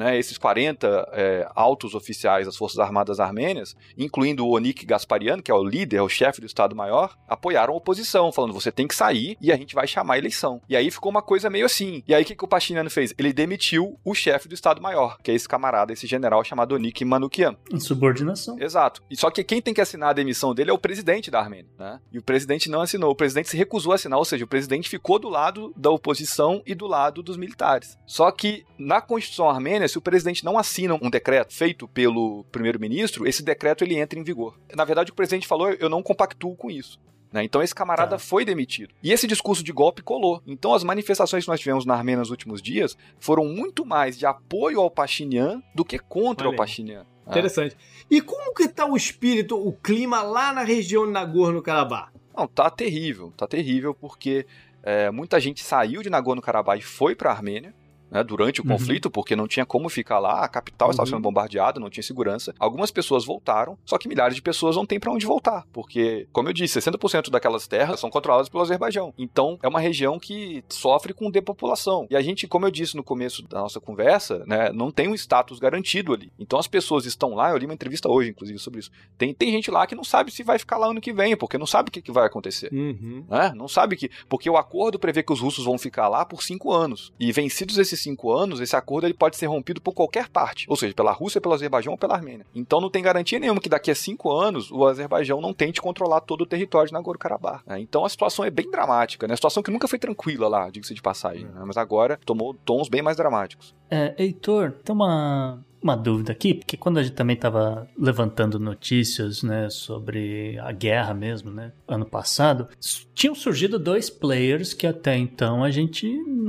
40 altos oficiais das Forças Armadas Armênias, incluindo o Onik Gasparian, que é o líder, o chefe do Estado-Maior, apoiaram a oposição, falando, você tem que sair e a gente vai chamar a eleição. E aí ficou uma coisa meio assim. E aí o que o Pashinyan fez? Ele demitiu o chefe do Estado-Maior, que é esse camarada, esse general chamado Onik Manukyan. Insubordinação. Exato. E só que quem tem que assinar a demissão dele é o presidente da Armênia, né? E o presidente não assinou. O presidente se recusou a assinar, ou seja, o presidente ficou do lado da oposição e do lado dos militares. Só que na Constituição armênia, se o presidente não assina um decreto feito pelo primeiro-ministro, esse decreto ele entra em vigor. Na verdade, o presidente falou, eu não compactuo com isso. Né? Então esse camarada foi demitido. E esse discurso de golpe colou. Então as manifestações que nós tivemos na Armênia nos últimos dias foram muito mais de apoio ao Pashinyan do que contra o Pashinyan. Interessante. E como que tá o espírito, o clima lá na região de Nagorno-Karabakh? Não, tá terrível porque muita gente saiu de Nagorno-Karabakh e foi para a Armênia, né, durante o conflito, porque não tinha como ficar lá, a capital estava sendo bombardeada, não tinha segurança. Algumas pessoas voltaram, só que milhares de pessoas não têm para onde voltar, porque, como eu disse, 60% daquelas terras são controladas pelo Azerbaijão. Então, é uma região que sofre com depopulação. E a gente, como eu disse no começo da nossa conversa, né, não tem um status garantido ali. Então, as pessoas estão lá, eu li uma entrevista hoje, inclusive, sobre isso. Tem gente lá que não sabe se vai ficar lá ano que vem, porque não sabe o que vai acontecer. Né? Não sabe porque o acordo prevê que os russos vão ficar lá por 5 anos. E vencidos esses 5 anos, esse acordo ele pode ser rompido por qualquer parte, ou seja, pela Rússia, pelo Azerbaijão ou pela Armênia. Então não tem garantia nenhuma que daqui a 5 anos o Azerbaijão não tente controlar todo o território de Nagorno-Karabakh. Né? Então a situação é bem dramática, né? A situação que nunca foi tranquila lá, diga-se de passagem, né? Mas agora tomou tons bem mais dramáticos. Heitor, tem uma dúvida aqui, porque quando a gente também estava levantando notícias, né, sobre a guerra mesmo, né, ano passado, tinham surgido 2 players que até então a gente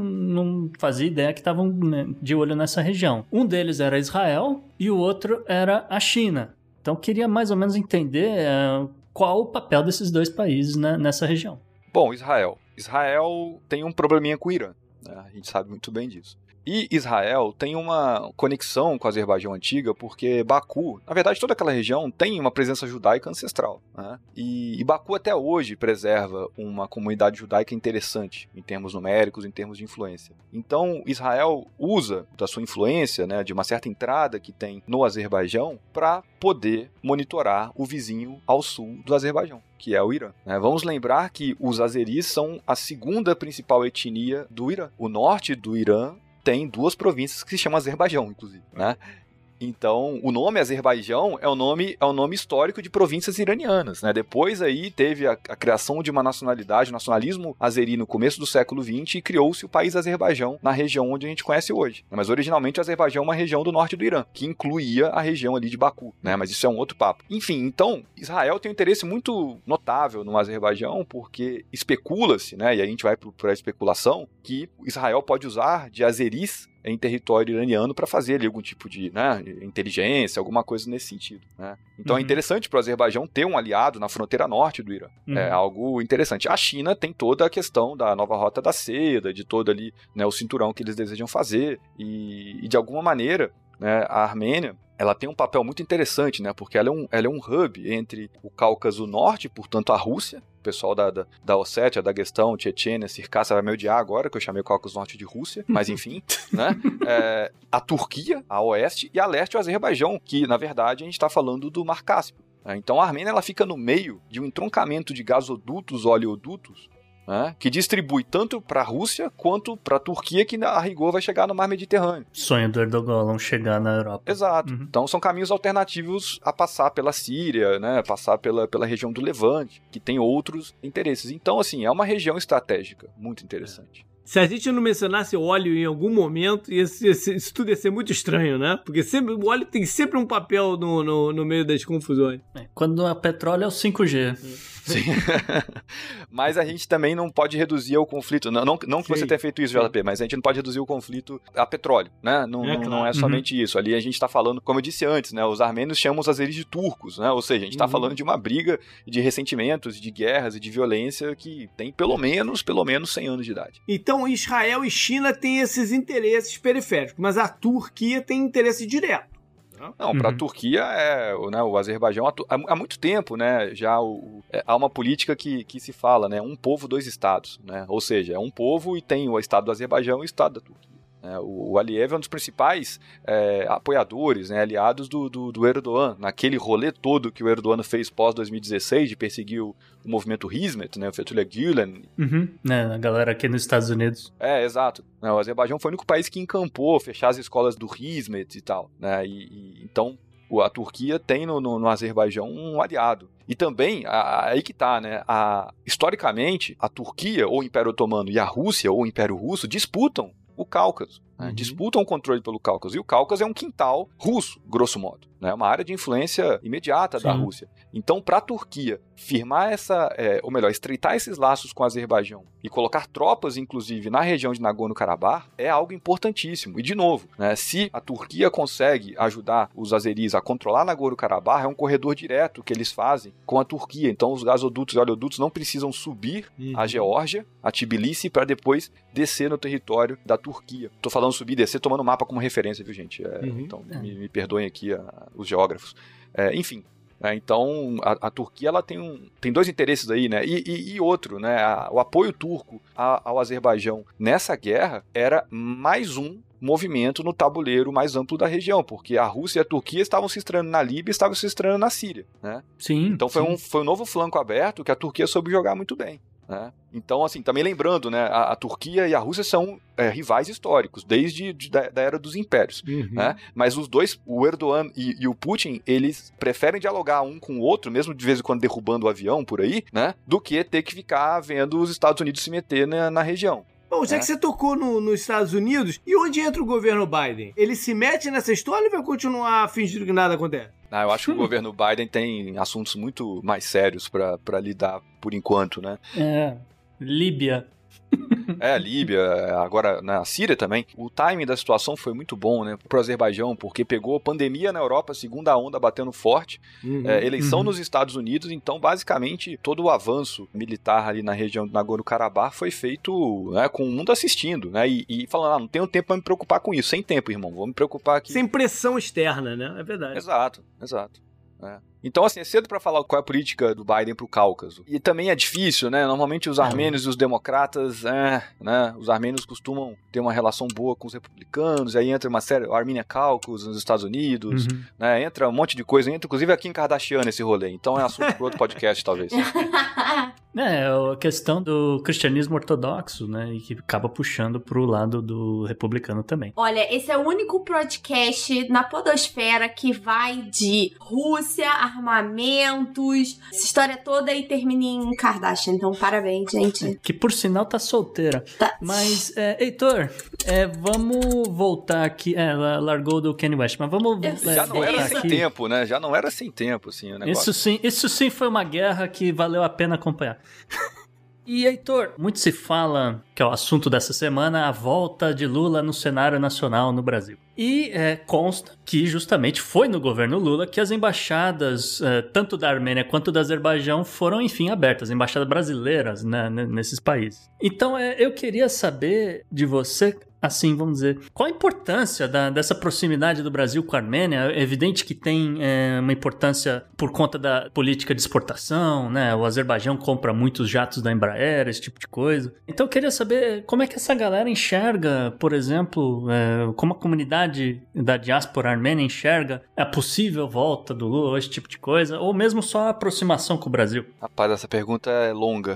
não fazia ideia que estavam, né, de olho nessa região. Um deles era Israel e o outro era a China. Então eu queria mais ou menos entender qual o papel desses 2 países, né, nessa região. Bom, Israel tem um probleminha com o Irã, né? A gente sabe muito bem disso. E Israel tem uma conexão com a Azerbaijão antiga, porque Baku, na verdade toda aquela região tem uma presença judaica ancestral, né? E Baku até hoje preserva uma comunidade judaica interessante, em termos numéricos, em termos de influência. Então Israel usa da sua influência, né, de uma certa entrada que tem no Azerbaijão, para poder monitorar o vizinho ao sul do Azerbaijão, que é o Irã. Vamos lembrar que os azeris são a segunda principal etnia do Irã. O norte do Irã tem 2 províncias que se chamam Azerbaijão, inclusive, né? Então, o nome Azerbaijão é o nome histórico de províncias iranianas, né? Depois aí teve a criação de uma nacionalidade, o nacionalismo azeri no começo do século XX e criou-se o país Azerbaijão na região onde a gente conhece hoje. Mas originalmente o Azerbaijão é uma região do norte do Irã, que incluía a região ali de Baku, né? Mas isso é um outro papo. Enfim, então, Israel tem um interesse muito notável no Azerbaijão porque especula-se, né? E aí a gente vai para a especulação, que Israel pode usar de azeris em território iraniano para fazer ali algum tipo de, né, inteligência, alguma coisa nesse sentido, né? Então é interessante para o Azerbaijão ter um aliado na fronteira norte do Irã. É algo interessante. A China tem toda a questão da nova rota da seda, de todo ali, né, o cinturão que eles desejam fazer e de alguma maneira, né, a Armênia, ela tem um papel muito interessante, né? Porque ela é um hub entre o Cáucaso Norte, portanto a Rússia, o pessoal da Ossétia, da Daguestão, Chechênia, Circácia vai me odiar agora, que eu chamei o Cáucaso Norte de Rússia, mas enfim, né? A Turquia, a oeste, e a leste o Azerbaijão, que na verdade a gente está falando do Mar Cáspio. Então a Armênia ela fica no meio de um entroncamento de gasodutos, oleodutos, né, que distribui tanto para a Rússia quanto para a Turquia, que a rigor vai chegar no Mar Mediterrâneo. Sonho do Erdogan chegar na Europa. Exato. Então são caminhos alternativos a passar pela Síria, né, passar pela região do Levante, que tem outros interesses. Então, assim, é uma região estratégica muito interessante. Se a gente não mencionasse óleo em algum momento, isso tudo ia ser muito estranho, né? Porque sempre, o óleo tem sempre um papel no meio das confusões. Quando não é petróleo, é o 5G. Sim. Mas a gente também não pode reduzir o conflito. Não que você tenha feito isso, JP, mas a gente não pode reduzir o conflito a petróleo, né? Não é somente isso. Ali a gente está falando, como eu disse antes, né? Os armênios chamam os azeris de turcos, né? Ou seja, a gente está falando de uma briga de ressentimentos, de guerras e de violência que tem pelo menos 100 anos de idade. Então Israel e China têm esses interesses periféricos, mas a Turquia tem interesse direto. Não, para a Turquia, o Azerbaijão, há muito tempo, né, já há uma política que se fala, né, um povo, 2 estados, né, ou seja, é um povo e tem o estado do Azerbaijão e o estado da Turquia. O Aliyev é um dos principais apoiadores, né, aliados do Erdogan, naquele rolê todo que o Erdogan fez pós-2016 de perseguir o movimento Hizmet, né, o Fethullah Gülen. A galera aqui nos Estados Unidos. Exato. O Azerbaijão foi o único país que encampou fechar as escolas do Hizmet e tal, né, então a Turquia tem no Azerbaijão um aliado. E também, aí que tá, né, historicamente, a Turquia, ou o Império Otomano, e a Rússia, ou o Império Russo, disputam o Cáucaso, né? Disputam o controle pelo Cáucaso, e o Cáucaso é um quintal russo, grosso modo, né? Uma área de influência imediata da Rússia. Então, para a Turquia firmar estreitar esses laços com o Azerbaijão e colocar tropas, inclusive, na região de Nagorno-Karabakh, é algo importantíssimo. E, de novo, né, se a Turquia consegue ajudar os azeris a controlar Nagorno-Karabakh, é um corredor direto que eles fazem com a Turquia. Então, os gasodutos e oleodutos não precisam subir a Geórgia, a Tbilisi, para depois descer no território da Turquia. Estou falando subir e descer, tomando o mapa como referência, viu, gente? Então, me perdoem aqui os geógrafos. Enfim. Então, a Turquia ela tem 2 interesses aí, né? E outro, né? O apoio turco ao Azerbaijão nessa guerra era mais um movimento no tabuleiro mais amplo da região, porque a Rússia e a Turquia estavam se estreando na Líbia e estavam se estreando na Síria, né? Sim. Então foi um novo flanco aberto que a Turquia soube jogar muito bem, né? Então, assim, também lembrando, né, a Turquia e a Rússia são rivais históricos, desde da era dos impérios, né? Mas os dois, o Erdogan e o Putin, eles preferem dialogar um com o outro, mesmo de vez em quando derrubando o avião por aí, né, do que ter que ficar vendo os Estados Unidos se meter na região. Bom, já que você tocou nos Estados Unidos, e onde entra o governo Biden? Ele se mete nessa história ou vai continuar fingindo que nada acontece? Eu acho que o governo Biden tem assuntos muito mais sérios para lidar por enquanto, né? Líbia. A Líbia, agora na Síria também. O timing da situação foi muito bom, né, pro Azerbaijão, porque pegou pandemia na Europa, segunda onda batendo forte, eleição nos Estados Unidos, então basicamente todo o avanço militar ali na região do Nagorno-Karabakh foi feito, né, com o mundo assistindo, né, e falando, não tenho tempo pra me preocupar com isso, sem tempo, irmão, vou me preocupar aqui. Sem pressão externa, né, é verdade. Exato. Então, assim, é cedo para falar qual é a política do Biden pro Cáucaso. E também é difícil, né? Normalmente os armênios e os democratas, né? Os armênios costumam ter uma relação boa com os republicanos, aí entra uma série, o Armenia Caucus nos Estados Unidos, né? Entra um monte de coisa, entra inclusive aqui em Kardashian esse rolê. Então é assunto para outro podcast, talvez. É a questão do cristianismo ortodoxo, né? E que acaba puxando pro lado do republicano também. Olha, esse é o único podcast na podosfera que vai de Rússia, armamentos, essa história toda e termina em Kardashian. Então, parabéns, gente. Que, por sinal, tá solteira. Tá. Mas, Heitor, vamos voltar aqui. Ela largou do Kanye West, mas vamos... Já não era sem tempo, né? Já não era sem tempo, assim, o negócio. Isso sim foi uma guerra que valeu a pena acompanhar. E, Heitor, muito se fala, que é o assunto dessa semana, a volta de Lula no cenário nacional no Brasil. E consta que justamente foi no governo Lula que as embaixadas, tanto da Armênia quanto do Azerbaijão, foram, enfim, abertas, embaixadas brasileiras, né, nesses países. Então, eu queria saber de você, assim, vamos dizer, qual a importância dessa proximidade do Brasil com a Armênia? É evidente que tem uma importância por conta da política de exportação, né? O Azerbaijão compra muitos jatos da Embraer, esse tipo de coisa. Então eu queria saber como é que essa galera enxerga, por exemplo, como a comunidade da diáspora armênia enxerga a possível volta do Lula, esse tipo de coisa, ou mesmo só a aproximação com o Brasil? Rapaz, essa pergunta é longa.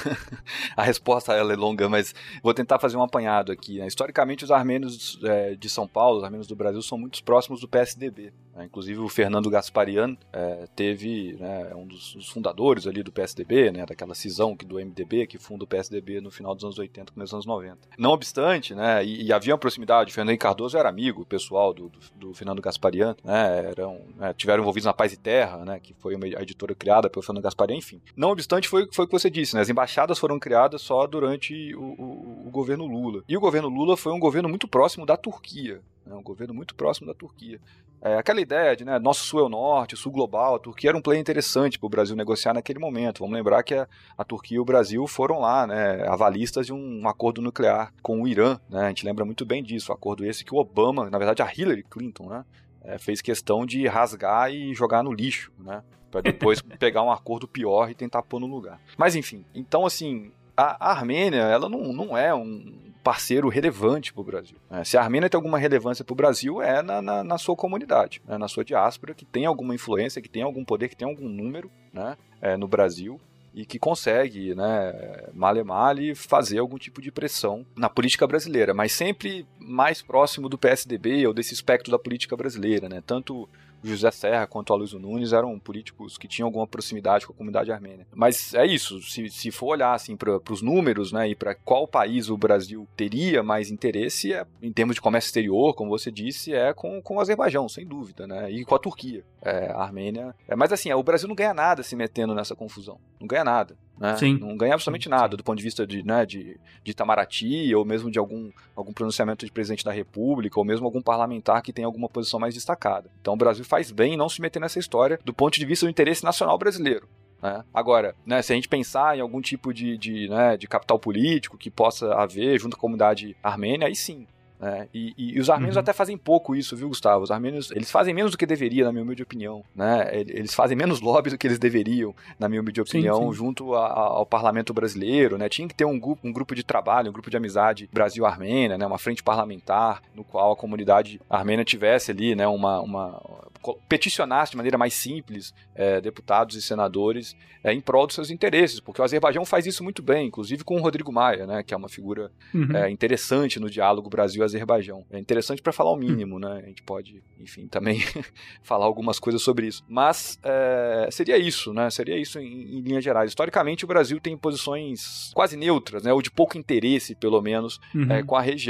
A resposta a ela é longa, mas vou tentar fazer um apanhado aqui, né? Historicamente, os armênios de São Paulo, os armênios do Brasil, são muito próximos do PSDB. Né? Inclusive, o Fernando Gasparian teve, né, um dos fundadores ali do PSDB, né, daquela cisão do MDB, que funda o PSDB no final dos anos 80, começo dos anos 90. Não obstante, né, e havia uma proximidade, o Fernando Cardoso era amigo pessoal do Fernando Gasparian, né, tiveram envolvidos na Paz e Terra, né, que foi a editora criada pelo Fernando Gasparian, enfim. Não obstante, foi o que você disse, né, as embaixadas foram criadas só durante o governo Lula. E o governo Lula foi um governo muito próximo da Turquia, né, um governo muito próximo da Turquia. Aquela ideia de, né, nosso sul é o norte, sul global, a Turquia era um player interessante para o Brasil negociar naquele momento. Vamos lembrar que a Turquia e o Brasil foram lá, né, avalistas de um acordo nuclear com o Irã, né, a gente lembra muito bem disso, o acordo esse que o Obama, na verdade a Hillary Clinton, né, fez questão de rasgar e jogar no lixo, né, para depois pegar um acordo pior e tentar pôr no lugar. Mas enfim, então assim, a Armênia, ela não é um parceiro relevante para o Brasil. Se a Armênia tem alguma relevância para o Brasil, é na sua comunidade, né, na sua diáspora, que tem alguma influência, que tem algum poder, que tem algum número, né, no Brasil, e que consegue, né, male fazer algum tipo de pressão na política brasileira, mas sempre mais próximo do PSDB ou desse espectro da política brasileira, né? Tanto o José Serra quanto o Aloysio Nunes eram políticos que tinham alguma proximidade com a comunidade armênia. Mas é isso, se for olhar assim, para os números, né, e para qual país o Brasil teria mais interesse, em termos de comércio exterior, como você disse, com o Azerbaijão, sem dúvida, né, e com a Turquia. A Armênia... Mas assim, o Brasil não ganha nada se metendo nessa confusão. Não ganha nada. Né? Não ganha absolutamente nada do ponto de vista de Itamaraty, ou mesmo de algum pronunciamento de presidente da República, ou mesmo algum parlamentar que tenha alguma posição mais destacada. Então o Brasil faz bem em não se meter nessa história do ponto de vista do interesse nacional brasileiro. Né? Agora, né, se a gente pensar em algum tipo de capital político que possa haver junto com a comunidade armênia, aí sim. E os armênios até fazem pouco isso, viu, Gustavo? Os armênios, eles fazem menos do que deveria, na minha humilde opinião, né? Eles fazem menos lobby do que eles deveriam, na minha humilde opinião, sim. Junto ao parlamento brasileiro, né? Tinha que ter um grupo de trabalho, um grupo de amizade Brasil-Armênia, né? Uma frente parlamentar no qual a comunidade armênia tivesse ali, né? Peticionasse de maneira mais simples deputados e senadores em prol dos seus interesses, porque o Azerbaijão faz isso muito bem, inclusive com o Rodrigo Maia, né, que é uma figura interessante no diálogo Brasil-Azerbaijão. É interessante para falar o mínimo, né? A gente pode, enfim, também falar algumas coisas sobre isso. Mas seria isso, né? Seria isso em linhas gerais. Historicamente, o Brasil tem posições quase neutras, né, ou de pouco interesse, pelo menos, com a região.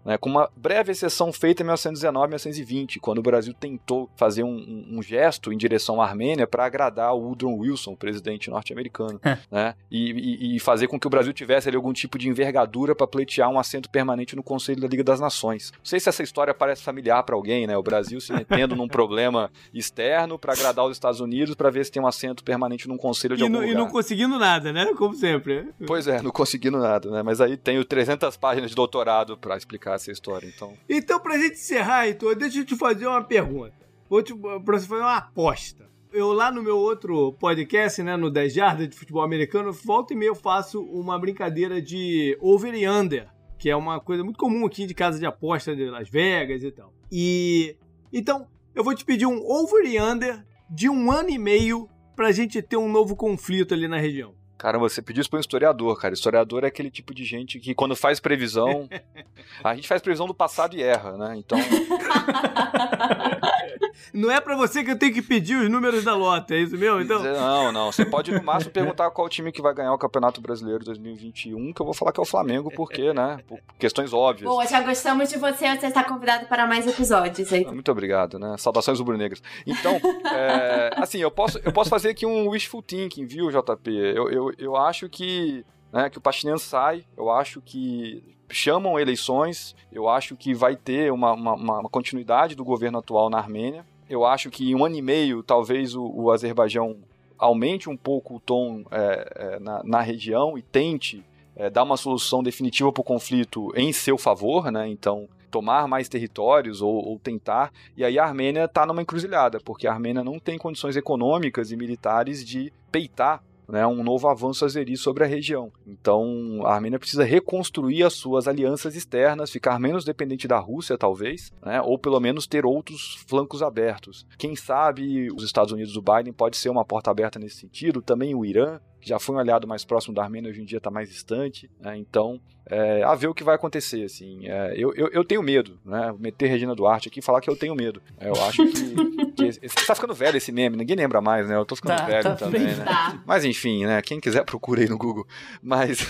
né, com uma breve exceção feita em 1919 e 1920, quando o Brasil tentou fazer um gesto em direção à Armênia para agradar o Woodrow Wilson, o presidente norte-americano, né, e fazer com que o Brasil tivesse ali algum tipo de envergadura para pleitear um assento permanente no Conselho da Liga das Nações. Não sei se essa história parece familiar para alguém, né, o Brasil se metendo num problema externo para agradar os Estados Unidos, para ver se tem um assento permanente num conselho de algum lugar. E não conseguindo nada, né, como sempre. Pois é, não conseguindo nada, né, mas aí tenho 300 páginas de doutorado para explicar essa história, então... Então, pra gente encerrar, Heitor, deixa eu te fazer uma pergunta. Pra você fazer uma aposta. Eu lá no meu outro podcast, né, no 10 Jardas de futebol americano, volta e meia eu faço uma brincadeira de over e under, que é uma coisa muito comum aqui de casa de aposta de Las Vegas e tal. Então, eu vou te pedir um over e under de 1 ano e meio pra gente ter um novo conflito ali na região. Caramba, você pediu isso para um historiador, cara. Historiador é aquele tipo de gente que, quando faz previsão... a gente faz previsão do passado e erra, né? Então... Não é pra você que eu tenho que pedir os números da lota, é isso mesmo? Então... Não. Você pode, no máximo, perguntar qual time que vai ganhar o Campeonato Brasileiro 2021, que eu vou falar que é o Flamengo, porque, né? Por questões óbvias. Boa, já gostamos de você está convidado para mais episódios. Aí. Muito obrigado, né? Saudações rubro-negras. Então, assim, eu posso fazer aqui um wishful thinking, viu, JP? Eu acho que, né, que o Pashinyan sai, eu acho que chamam eleições, eu acho que vai ter uma continuidade do governo atual na Armênia. Eu acho que em 1 ano e meio, talvez o Azerbaijão aumente um pouco o tom na região e tente dar uma solução definitiva para o conflito em seu favor, né? Então, tomar mais territórios ou tentar. E aí a Armênia está numa encruzilhada, porque a Armênia não tem condições econômicas e militares de peitar, né, um novo avanço azeri sobre a região. Então, a Armênia precisa reconstruir as suas alianças externas, ficar menos dependente da Rússia, talvez, né, ou pelo menos ter outros flancos abertos. Quem sabe os Estados Unidos do Biden pode ser uma porta aberta nesse sentido, também o Irã, que já foi um aliado mais próximo da Armênia, hoje em dia está mais distante, né? Então, a ver o que vai acontecer, assim. Eu tenho medo, né? Meter Regina Duarte aqui e falar que eu tenho medo. Eu acho que tá ficando velho esse meme, ninguém lembra mais, né? Eu tô ficando velho também, né? Mas enfim, né? Quem quiser procura aí no Google. Mas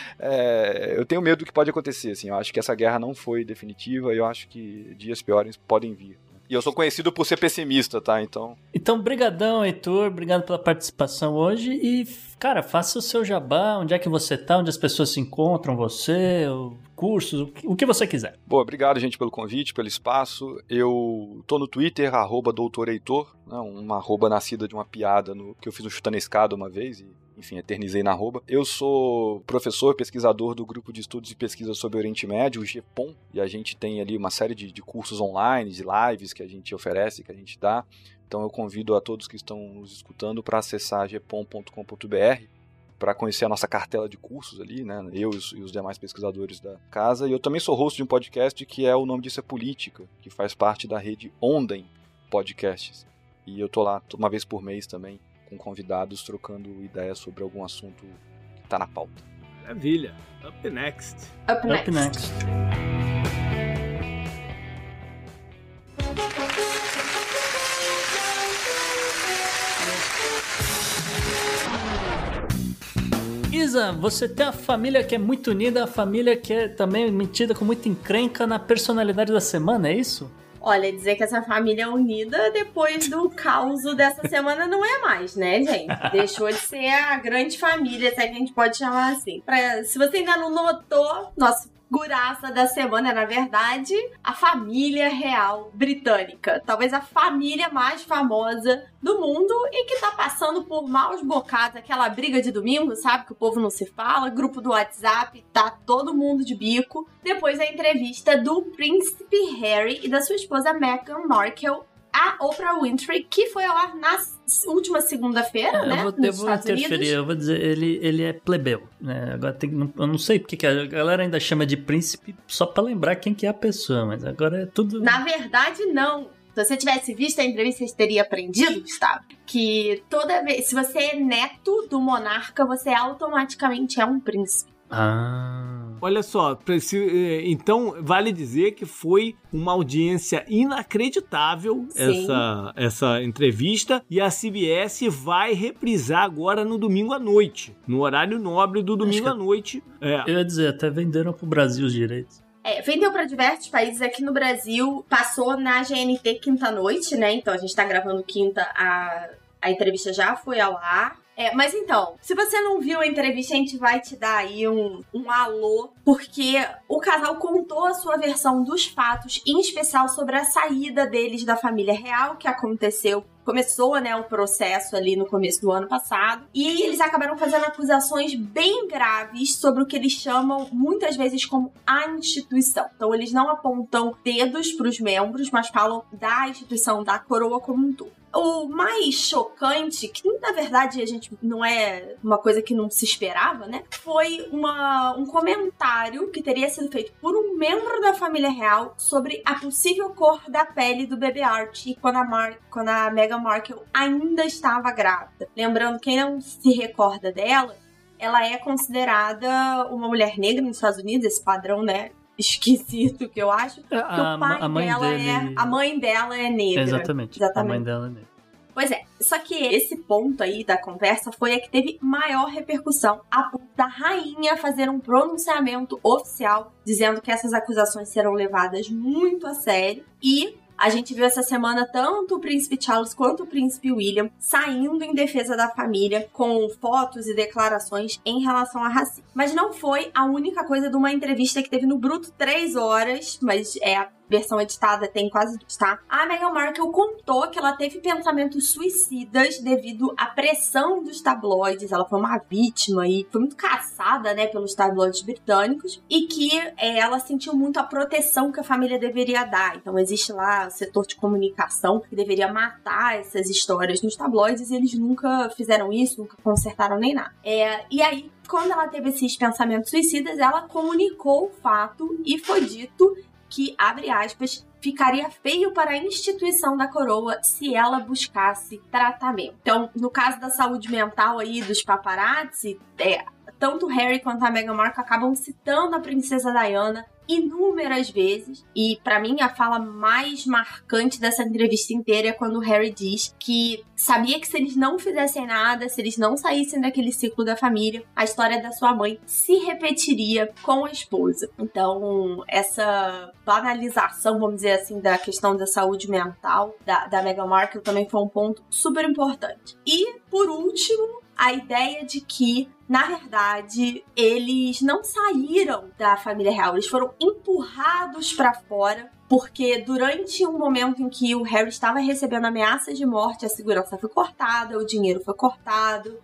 eu tenho medo do que pode acontecer, assim. Eu acho que essa guerra não foi definitiva e eu acho que dias piores podem vir. E eu sou conhecido por ser pessimista, tá? Então, brigadão, Heitor. Obrigado pela participação hoje. E, cara, faça o seu jabá. Onde é que você tá? Onde as pessoas se encontram, você, cursos, o que você quiser. Boa, obrigado, gente, pelo convite, pelo espaço. Eu tô no Twitter, @doutoreitor, né? Uma arroba nascida de uma piada que eu fiz no Chutando a Escada uma vez e... enfim, eternizei na arroba. Eu sou professor, pesquisador do Grupo de Estudos e Pesquisa sobre o Oriente Médio, o GEPOM, e a gente tem ali uma série de cursos online, de lives que a gente oferece, que a gente dá. Então eu convido a todos que estão nos escutando para acessar gepom.com.br para conhecer a nossa cartela de cursos ali, né? Eu e os demais pesquisadores da casa. E eu também sou host de um podcast que o nome disso é Política, que faz parte da rede Onden Podcasts. E eu tô lá uma vez por mês também, com convidados, trocando ideias sobre algum assunto que está na pauta. Maravilha. Up next. Up next. Isa, você tem a família que é muito unida, a família que é também metida com muita encrenca na personalidade da semana, é isso? Olha, dizer que essa família é unida depois do caos dessa semana não é mais, né, gente? Deixou de ser a grande família, se é que a gente pode chamar assim. Se você ainda não notou, nossa figuraça da semana, na verdade, a família real britânica. Talvez a família mais famosa do mundo e que tá passando por maus bocados. Aquela briga de domingo, sabe? Que o povo não se fala. Grupo do WhatsApp, tá todo mundo de bico. Depois a entrevista do príncipe Harry e da sua esposa Meghan Markle a Oprah Winfrey, que foi ao ar na última segunda-feira, né? Eu vou interferir, eu vou dizer, ele é plebeu, né? Agora eu não sei porque que a galera ainda chama de príncipe só pra lembrar quem que é a pessoa, mas agora é tudo... Na verdade, não. Se você tivesse visto a entrevista, você teria aprendido, Gustavo, que toda vez, se você é neto do monarca, você automaticamente é um príncipe. Olha só, então vale dizer que foi uma audiência inacreditável essa entrevista, e a CBS vai reprisar agora no domingo à noite, no horário nobre do domingo à noite. Eu ia dizer, até venderam pro Brasil os direitos. Vendeu para diversos países. Aqui no Brasil, passou na GNT quinta-noite, né? Então a gente tá gravando quinta, a entrevista já foi ao ar. Mas então, se você não viu a entrevista, a gente vai te dar aí um alô, porque o casal contou a sua versão dos fatos, em especial sobre a saída deles da família real, que começou, né, o processo ali no começo do ano passado, e eles acabaram fazendo acusações bem graves sobre o que eles chamam, muitas vezes, como a instituição. Então, eles não apontam dedos para os membros, mas falam da instituição, da coroa como um todo. O mais chocante, que na verdade a gente não é uma coisa que não se esperava, né? Foi um comentário que teria sido feito por um membro da família real sobre a possível cor da pele do bebê Archie quando a Meghan Markle ainda estava grávida. Lembrando, quem não se recorda dela, ela é considerada uma mulher negra nos Estados Unidos, esse padrão, né? Esquisito que eu acho. Que o pai a mãe dela é negra. Exatamente. A mãe dela é negra. Pois é, só que esse ponto aí da conversa foi a que teve maior repercussão, a ponto da rainha fazer um pronunciamento oficial dizendo que essas acusações serão levadas muito a sério. E a gente viu essa semana tanto o príncipe Charles quanto o príncipe William saindo em defesa da família com fotos e declarações em relação a racismo. Mas não foi a única coisa de uma entrevista que teve no bruto 3 horas, mas a versão editada tem quase 2, tá? A Meghan Markle contou que ela teve pensamentos suicidas devido à pressão dos tabloides. Ela foi uma vítima e foi muito caçada, né, pelos tabloides britânicos, e que ela sentiu muito a proteção que a família deveria dar. Então existe lá o setor de comunicação que deveria matar essas histórias nos tabloides, e eles nunca fizeram isso, nunca consertaram nem nada. E aí, quando ela teve esses pensamentos suicidas, ela comunicou o fato e foi dito que, abre aspas, ficaria feio para a instituição da coroa se ela buscasse tratamento. Então, no caso da saúde mental aí dos paparazzi, tanto o Harry quanto a Meghan Markle acabam citando a princesa Diana inúmeras vezes, e pra mim a fala mais marcante dessa entrevista inteira é quando o Harry diz que sabia que se eles não fizessem nada, se eles não saíssem daquele ciclo da família, a história da sua mãe se repetiria com a esposa. Então, essa banalização, vamos dizer assim, da questão da saúde mental da Meghan Markle também foi um ponto super importante. E, por último, a ideia de que, na verdade, eles não saíram da família real, eles foram empurrados para fora, porque durante um momento em que o Harry estava recebendo ameaças de morte, a segurança foi cortada, o dinheiro foi cortado,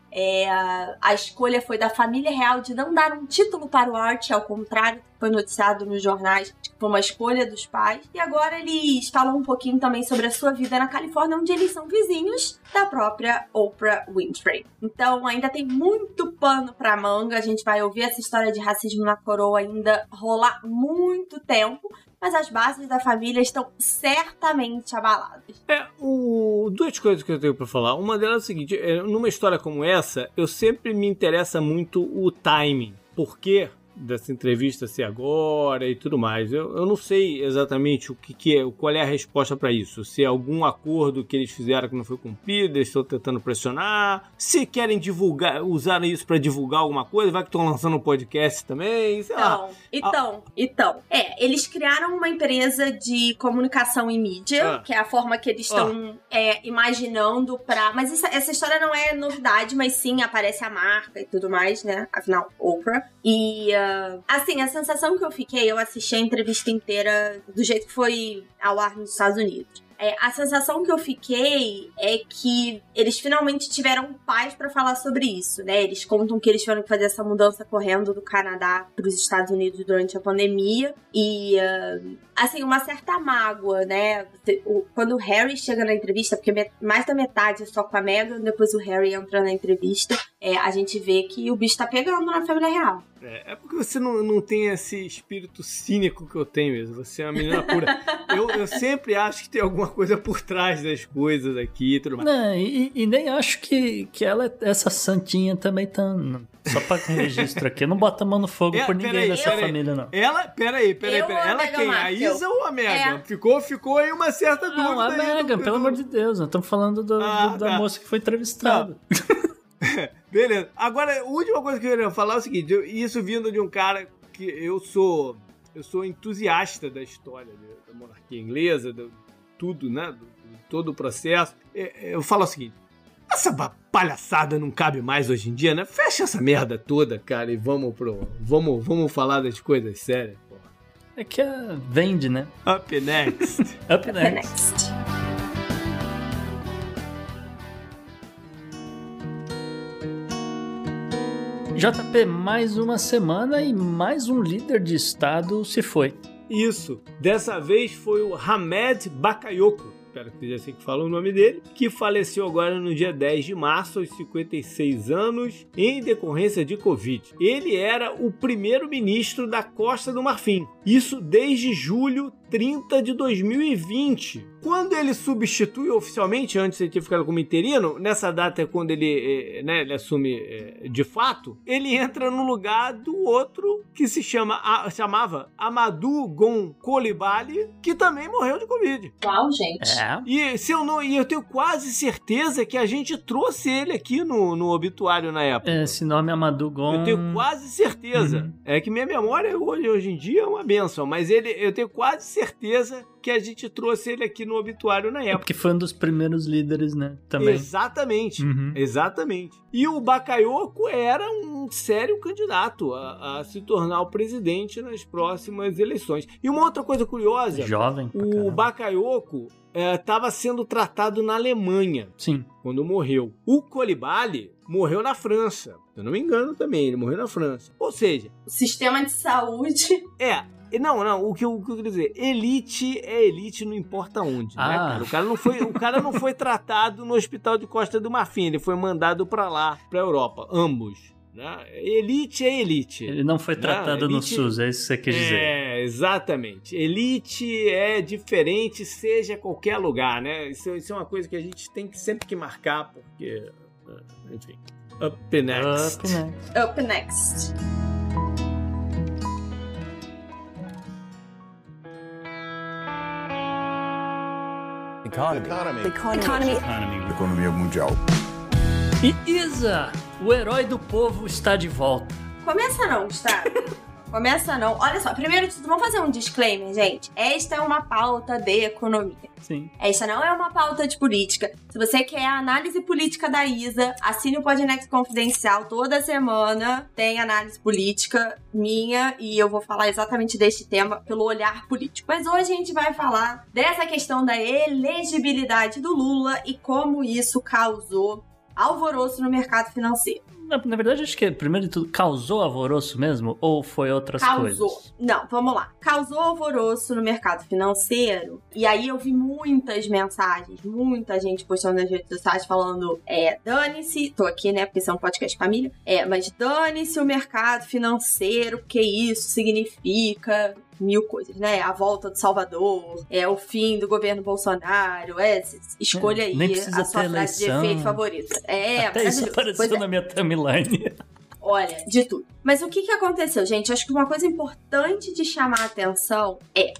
a escolha foi da família real de não dar um título para o Archie, ao contrário, foi noticiado nos jornais, que foi uma escolha dos pais. E agora eles falam um pouquinho também sobre a sua vida na Califórnia, onde eles são vizinhos da própria Oprah Winfrey. Então ainda tem muito pano pra manga, a gente vai ouvir essa história de racismo na coroa ainda rolar muito tempo, mas as bases da família estão certamente abaladas. Duas coisas que eu tenho pra falar. Uma delas é o seguinte, numa história como essa, eu sempre me interessa muito o timing. Por quê dessa entrevista ser agora e tudo mais. Eu não sei exatamente qual é a resposta para isso. Se é algum acordo que eles fizeram que não foi cumprido, eles estão tentando pressionar. Se querem divulgar, usaram isso para divulgar alguma coisa, vai que estão lançando um podcast também, sei lá. Então. Eles criaram uma empresa de comunicação e mídia, que é a forma que eles estão imaginando pra... Mas essa história não é novidade, mas sim aparece a marca e tudo mais, né? Afinal, Oprah. E assim, a sensação que eu fiquei, eu assisti a entrevista inteira do jeito que foi ao ar nos Estados Unidos. A sensação que eu fiquei é que eles finalmente tiveram paz pra falar sobre isso, né? Eles contam que eles tiveram que fazer essa mudança correndo do Canadá pros Estados Unidos durante a pandemia e, assim, uma certa mágoa, né? Quando o Harry chega na entrevista, porque mais da metade é só com a Meghan, depois o Harry entra na entrevista, a gente vê que o bicho tá pegando na família real. É porque você não tem esse espírito cínico que eu tenho mesmo. Você é uma menina pura. Eu sempre acho que tem alguma coisa por trás das coisas aqui e tudo mais. Não, e nem acho que ela, essa santinha também tá... Só pra registro aqui, não bota a mão no fogo por ninguém dessa família, não. Peraí. Ela quem? A Isa ou a Meghan? Ficou aí uma certa dúvida. Não, a Meghan, pelo amor de Deus. Nós estamos falando da moça que foi entrevistada. Beleza. Agora, a última coisa que eu queria falar é o seguinte. Isso vindo de um cara que eu sou eu sou entusiasta da história da monarquia inglesa, tudo, né? Todo o processo. Eu falo o seguinte, essa palhaçada não cabe mais hoje em dia, né? Fecha essa merda toda, cara, e vamos falar das coisas sérias, porra. É que vende, né? Up next. Up next. JP, mais uma semana e mais um líder de estado se foi. Isso. Dessa vez foi o Hamed Bakayoko, espero que seja assim que fala o nome dele, que faleceu agora no dia 10 de março, aos 56 anos, em decorrência de Covid. Ele era o primeiro-ministro da Costa do Marfim. Isso desde julho 30 de 2020. Quando ele substitui oficialmente, antes ele tinha ficado como interino, nessa data é quando ele assume de fato, ele entra no lugar do outro que chamava Amadou Gon Coulibaly, que também morreu de Covid. Uau, gente. E eu tenho quase certeza que a gente trouxe ele aqui no obituário na época. Esse nome Amadou Gon... Eu tenho quase certeza. Uhum. É que minha memória hoje em dia é uma bênção, mas eu tenho quase certeza que a gente trouxe ele aqui no obituário na época. Porque foi um dos primeiros líderes, né? Também. Exatamente. Exatamente. E o Bakayoko era um sério candidato a se tornar o presidente nas próximas eleições. E uma outra coisa curiosa... Jovem. O Bakayoko estava sendo tratado na Alemanha. Sim. Quando morreu. O Coulibaly morreu na França. Se eu não me engano também, ele morreu na França. Ou seja... O sistema de saúde... Não, o que eu quero dizer, elite é elite não importa onde, né, cara? O cara não foi tratado no hospital de Costa do Marfim, ele foi mandado pra lá, pra Europa, ambos, né? Elite é elite. Ele não foi tratado no SUS, é isso que você quis dizer. Exatamente. Elite é diferente, seja qualquer lugar, né? Isso é uma coisa que a gente tem que sempre que marcar, porque, enfim. Up next. Economia mundial. E Isa, o herói do povo está de volta. Começa não, Gustavo. Começa não. Olha só, primeiro de tudo, vamos fazer um disclaimer, gente. Esta é uma pauta de economia. Sim. Esta não é uma pauta de política. Se você quer a análise política da Isa, assine o Podnext Confidencial. Toda semana tem análise política minha e eu vou falar exatamente deste tema pelo olhar político. Mas hoje a gente vai falar dessa questão da elegibilidade do Lula e como isso causou alvoroço no mercado financeiro. Na verdade, acho que, primeiro de tudo, causou alvoroço mesmo? Ou foi outras coisas? Causou. Não, vamos lá. Causou alvoroço no mercado financeiro. E aí eu vi muitas mensagens, muita gente postando nas redes sociais falando, dane-se, tô aqui, né, porque isso é um podcast família, mas dane-se o mercado financeiro, porque isso significa... mil coisas, né? A volta do Salvador, o fim do governo Bolsonaro, escolha aí a sua frase de efeito favorita. Até isso apareceu na minha timeline. Olha, de tudo. Mas o que aconteceu, gente? Acho que uma coisa importante de chamar a atenção é,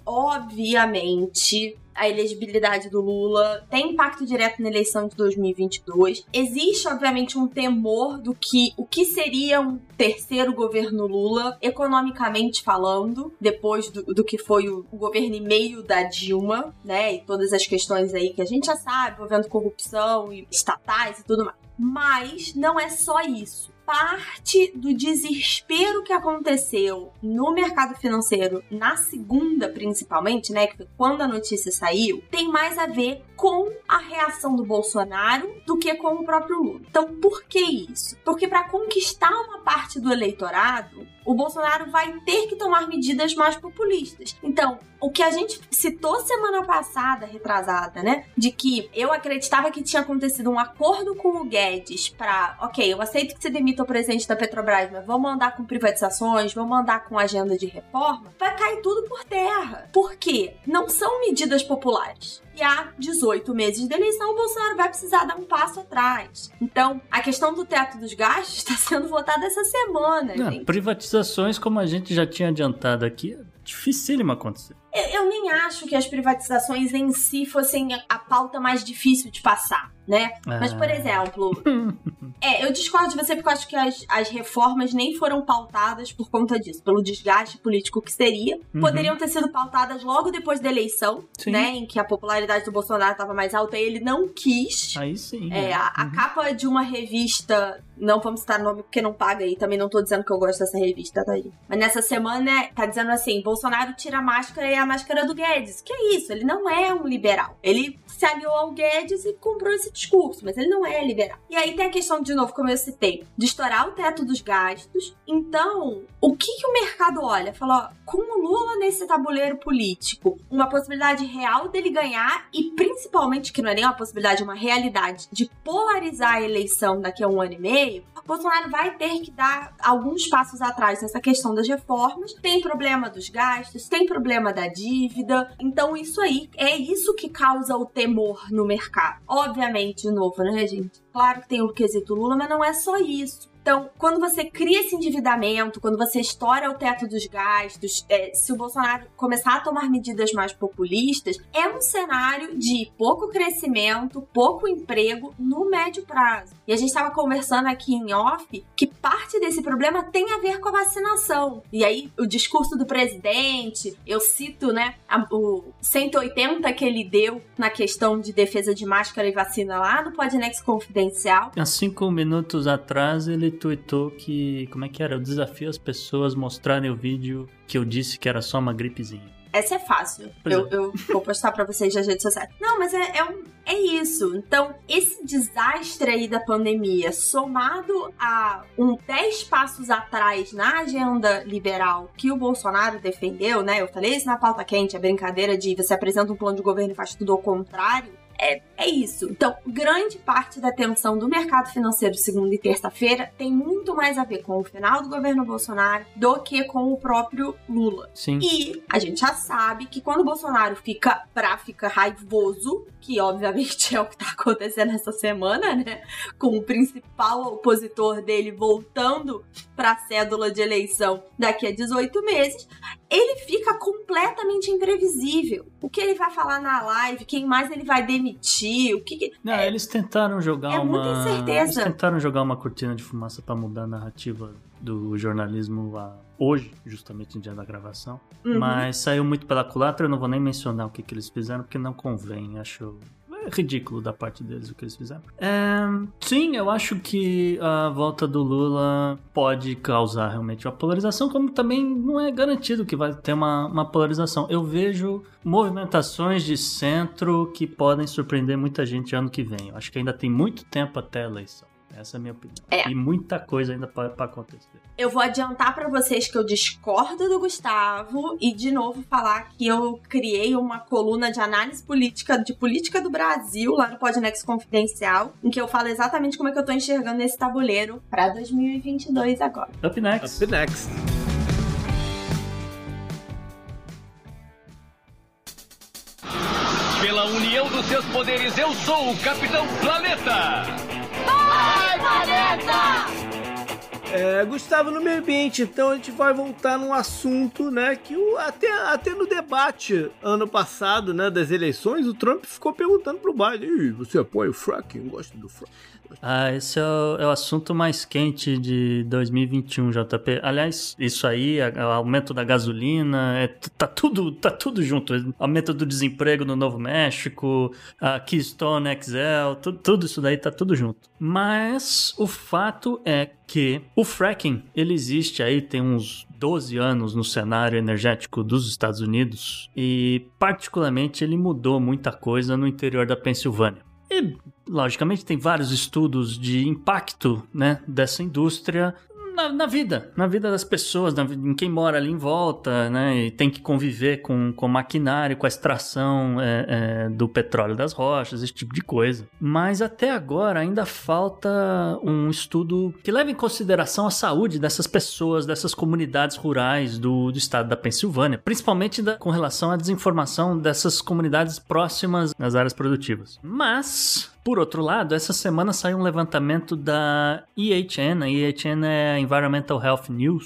obviamente, a elegibilidade do Lula tem impacto direto na eleição de 2022. Existe, obviamente, um temor do que o que seria um terceiro governo Lula, economicamente falando, depois do que foi o governo e meio da Dilma, né? E todas as questões aí que a gente já sabe, envolvendo corrupção e estatais e tudo mais. Mas não é só isso. Parte do desespero que aconteceu no mercado financeiro na segunda, principalmente, né, que foi quando a notícia saiu, tem mais a ver com a reação do Bolsonaro do que com o próprio Lula. Então, por que isso? Porque para conquistar uma parte do eleitorado, o Bolsonaro vai ter que tomar medidas mais populistas. Então, o que a gente citou semana passada, retrasada, né, de que eu acreditava que tinha acontecido um acordo com o Guedes para, ok, eu aceito que você demita o presidente da Petrobras, mas vamos andar com privatizações, vamos andar com agenda de reforma, vai cair tudo por terra. Por quê? Não são medidas populares. E há 18 meses de eleição, o Bolsonaro vai precisar dar um passo atrás. Então, a questão do teto dos gastos está sendo votada essa semana, gente. Privatizações, como a gente já tinha adiantado aqui, é dificílimo acontecer. Eu nem acho que as privatizações em si fossem a pauta mais difícil de passar. né? Mas, por exemplo, eu discordo de você porque eu acho que as reformas nem foram pautadas por conta disso, pelo desgaste político que seria. Poderiam ter sido pautadas logo depois da eleição, né? Em que a popularidade do Bolsonaro estava mais alta e ele não quis. Aí sim. A capa de uma revista, não vamos citar o nome porque não paga aí, também não tô dizendo que eu gosto dessa revista, tá aí. Mas nessa semana tá dizendo assim, Bolsonaro tira a máscara e a máscara do Guedes. Que é isso? Ele não é um liberal. Ele se aliou ao Guedes e comprou esse discurso, mas ele não é liberal. E aí tem a questão, de novo, como eu citei, de estourar o teto dos gastos. Então, o que o mercado olha? Fala, ó, com o Lula nesse tabuleiro político, uma possibilidade real dele ganhar e principalmente, que não é nem uma possibilidade, uma realidade de polarizar a eleição daqui a 1 ano e meio, Bolsonaro vai ter que dar alguns passos atrás nessa questão das reformas. Tem problema dos gastos, tem problema da dívida. Então isso aí, é isso que causa o temor no mercado. Obviamente, de novo, né, gente? Claro que tem o quesito Lula, mas não é só isso. Então, quando você cria esse endividamento, quando você estoura o teto dos gastos, se o Bolsonaro começar a tomar medidas mais populistas, é um cenário de pouco crescimento, pouco emprego no médio prazo. E a gente estava conversando aqui em off que parte desse problema tem a ver com a vacinação. E aí, o discurso do presidente, eu cito, né, o 180 que ele deu na questão de defesa de máscara e vacina lá no Podnext Confidencial. Há 5 minutos atrás, ele tweetou que, como é que era? Eu desafio as pessoas a mostrarem o vídeo que eu disse que era só uma gripezinha. Essa é fácil. Eu vou postar pra vocês nas redes sociais. Não, mas é isso. Então, esse desastre aí da pandemia, somado a 10 passos atrás na agenda liberal que o Bolsonaro defendeu, né? Eu falei isso na pauta quente, a brincadeira de você apresenta um plano de governo e faz tudo ao contrário. É isso. Então, grande parte da tensão do mercado financeiro segunda e terça-feira tem muito mais a ver com o final do governo Bolsonaro do que com o próprio Lula. Sim. E a gente já sabe que quando o Bolsonaro fica raivoso, que obviamente é o que tá acontecendo essa semana, né? Com o principal opositor dele voltando pra cédula de eleição daqui a 18 meses, ele fica completamente imprevisível. O que ele vai falar na live, quem mais ele vai demitir, o que... Não, eles tentaram jogar muita incerteza. Eles tentaram jogar uma cortina de fumaça pra mudar a narrativa do jornalismo hoje, justamente no dia da gravação. Mas saiu muito pela culatra, eu não vou nem mencionar o que eles fizeram, porque não convém, acho... ridículo da parte deles o que eles fizeram. Sim, eu acho que a volta do Lula pode causar realmente uma polarização, como também não é garantido que vai ter uma polarização. Eu vejo movimentações de centro que podem surpreender muita gente ano que vem. Eu acho que ainda tem muito tempo até a eleição. Essa é a minha opinião. E muita coisa ainda para acontecer. Eu vou adiantar para vocês que eu discordo do Gustavo e, de novo, falar que eu criei uma coluna de análise política do Brasil, lá no Podnext Confidencial, em que eu falo exatamente como é que eu tô enxergando esse tabuleiro para 2022 agora. Up next. Pela união dos seus poderes, eu sou o Capitão Planeta! Vai, Planeta! Gustavo, no meio ambiente, então a gente vai voltar num assunto, né, que até no debate ano passado, né, das eleições, o Trump ficou perguntando pro Biden, você apoia o fracking? Gosta do fracking? Esse é o assunto mais quente de 2021, JP. Aliás, isso aí, o aumento da gasolina, tá tudo junto. Aumento do desemprego no Novo México, a Keystone XL, tudo isso daí tá tudo junto. Mas o fato é que o fracking, ele existe aí, tem uns 12 anos no cenário energético dos Estados Unidos e, particularmente, ele mudou muita coisa no interior da Pensilvânia. E, logicamente, tem vários estudos de impacto, né, dessa indústria na vida das pessoas, em quem mora ali em volta, né, e tem que conviver com maquinário, com a extração do petróleo das rochas, esse tipo de coisa. Mas até agora ainda falta um estudo que leve em consideração a saúde dessas pessoas, dessas comunidades rurais do estado da Pensilvânia, principalmente com relação à desinformação dessas comunidades próximas às áreas produtivas. Mas... por outro lado, essa semana saiu um levantamento da EHN. A EHN é Environmental Health News.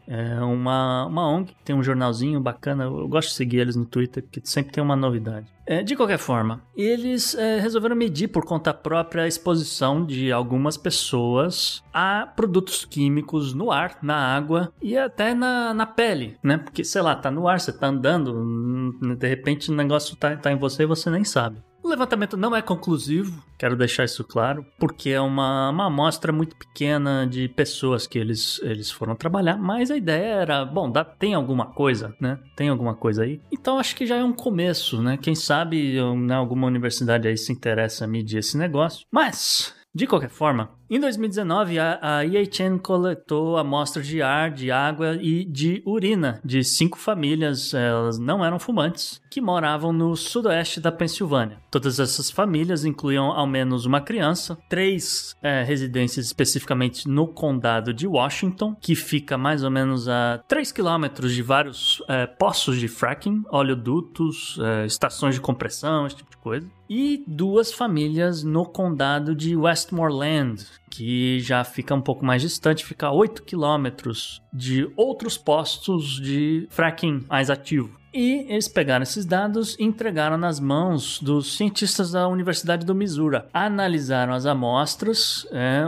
É uma ONG, tem um jornalzinho bacana, eu gosto de seguir eles no Twitter, porque sempre tem uma novidade. De qualquer forma, eles resolveram medir por conta própria a exposição de algumas pessoas a produtos químicos no ar, na água e até na pele, né? Porque, sei lá, tá no ar, você tá andando, de repente o negócio tá em você e você nem sabe. O levantamento não é conclusivo, quero deixar isso claro, porque é uma amostra muito pequena de pessoas que eles foram trabalhar, mas a ideia era, bom, tem alguma coisa, né? Tem alguma coisa aí. Então acho que já é um começo, né? Quem sabe alguma universidade aí se interessa em medir esse negócio. Mas, de qualquer forma, em 2019, a EHN coletou amostras de ar, de água e de urina de 5 famílias, elas não eram fumantes, que moravam no sudoeste da Pensilvânia. Todas essas famílias incluíam ao menos uma criança, 3 residências especificamente no condado de Washington, que fica mais ou menos a 3 quilômetros de vários poços de fracking, oleodutos, estações de compressão, esse tipo de coisa. E 2 famílias no condado de Westmoreland, que já fica um pouco mais distante, fica a 8 quilômetros de outros postos de fracking mais ativo. E eles pegaram esses dados e entregaram nas mãos dos cientistas da Universidade do Missouri. Analisaram as amostras,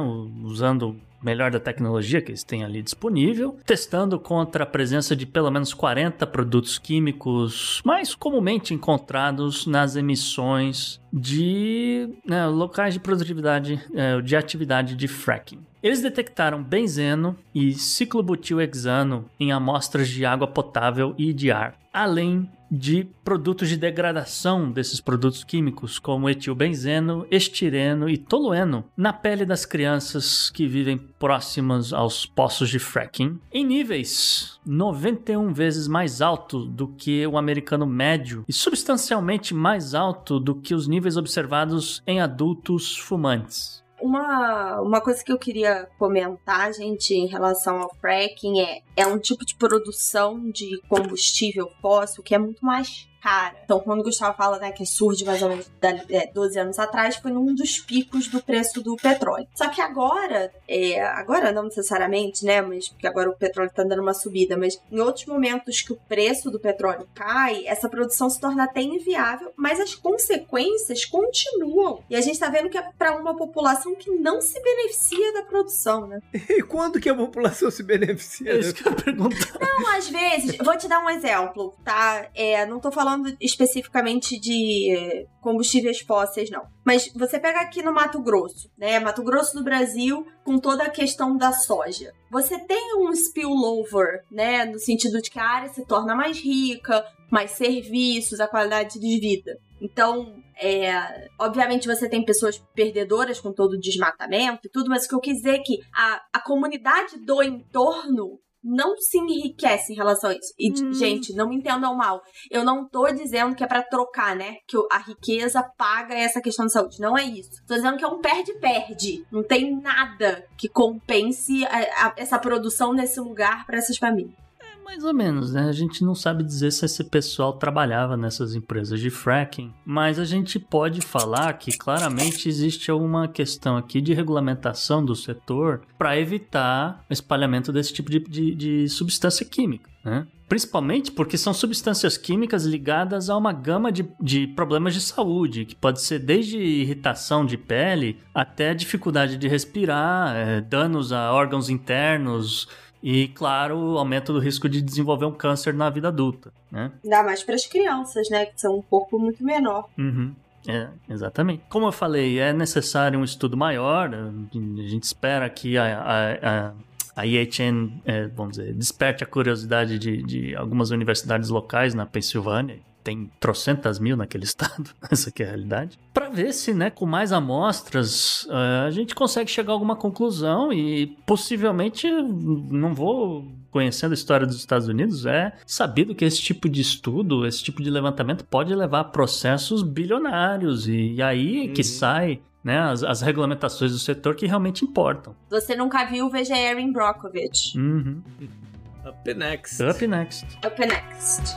usando o melhor da tecnologia que eles têm ali disponível, testando contra a presença de pelo menos 40 produtos químicos mais comumente encontrados nas emissões de locais de produtividade, de atividade de fracking. Eles detectaram benzeno e ciclobutilhexano em amostras de água potável e de ar, além de produtos de degradação desses produtos químicos, como etilbenzeno, estireno e tolueno, na pele das crianças que vivem próximas aos poços de fracking, em níveis 91 vezes mais alto do que o americano médio e substancialmente mais alto do que os níveis observados em adultos fumantes. Uma coisa que eu queria comentar, gente, em relação ao fracking é um tipo de produção de combustível fóssil que é muito mais cara. Então, quando o Gustavo fala, né, que surge mais ou menos 12 anos atrás, foi num dos picos do preço do petróleo. Só que agora não necessariamente, né, mas porque agora o petróleo tá dando uma subida, mas em outros momentos que o preço do petróleo cai, essa produção se torna até inviável, mas as consequências continuam. E a gente tá vendo que é para uma população que não se beneficia da produção, né? E quando que a população se beneficia? É isso que eu ia perguntar. Não, às vezes, vou te dar um exemplo, tá? Não tô falando especificamente de combustíveis fósseis, não. Mas você pega aqui no Mato Grosso, né? Mato Grosso do Brasil, com toda a questão da soja. Você tem um spillover, né? No sentido de que a área se torna mais rica, mais serviços, a qualidade de vida. Então, obviamente você tem pessoas perdedoras com todo o desmatamento e tudo, mas o que eu quis dizer é que a comunidade do entorno não se enriquece em relação a isso. E, gente, não me entendam mal. Eu não tô dizendo que é pra trocar, né? Que a riqueza paga essa questão de saúde. Não é isso. Tô dizendo que é um perde-perde. Não tem nada que compense essa produção nesse lugar pra essas famílias. Mais ou menos, né? A gente não sabe dizer se esse pessoal trabalhava nessas empresas de fracking, mas a gente pode falar que claramente existe uma questão aqui de regulamentação do setor para evitar o espalhamento desse tipo de substância química, né? Principalmente porque são substâncias químicas ligadas a uma gama de problemas de saúde, que pode ser desde irritação de pele até dificuldade de respirar, danos a órgãos internos e, claro, aumento do risco de desenvolver um câncer na vida adulta, né? Ainda mais para as crianças, né? Que são um corpo muito menor. Uhum. Exatamente. Como eu falei, é necessário um estudo maior. A gente espera que a EHN, vamos dizer, desperte a curiosidade de algumas universidades locais na Pensilvânia. Tem trocentas mil naquele estado, essa aqui é a realidade. Para ver se, né, com mais amostras, a gente consegue chegar a alguma conclusão e possivelmente, não vou conhecendo a história dos Estados Unidos, é sabido que esse tipo de estudo, esse tipo de levantamento pode levar a processos bilionários e aí que sai, né, as regulamentações do setor que realmente importam. Você nunca viu o VG Erin Brockovich? Uhum. Up next. Up next. Up next.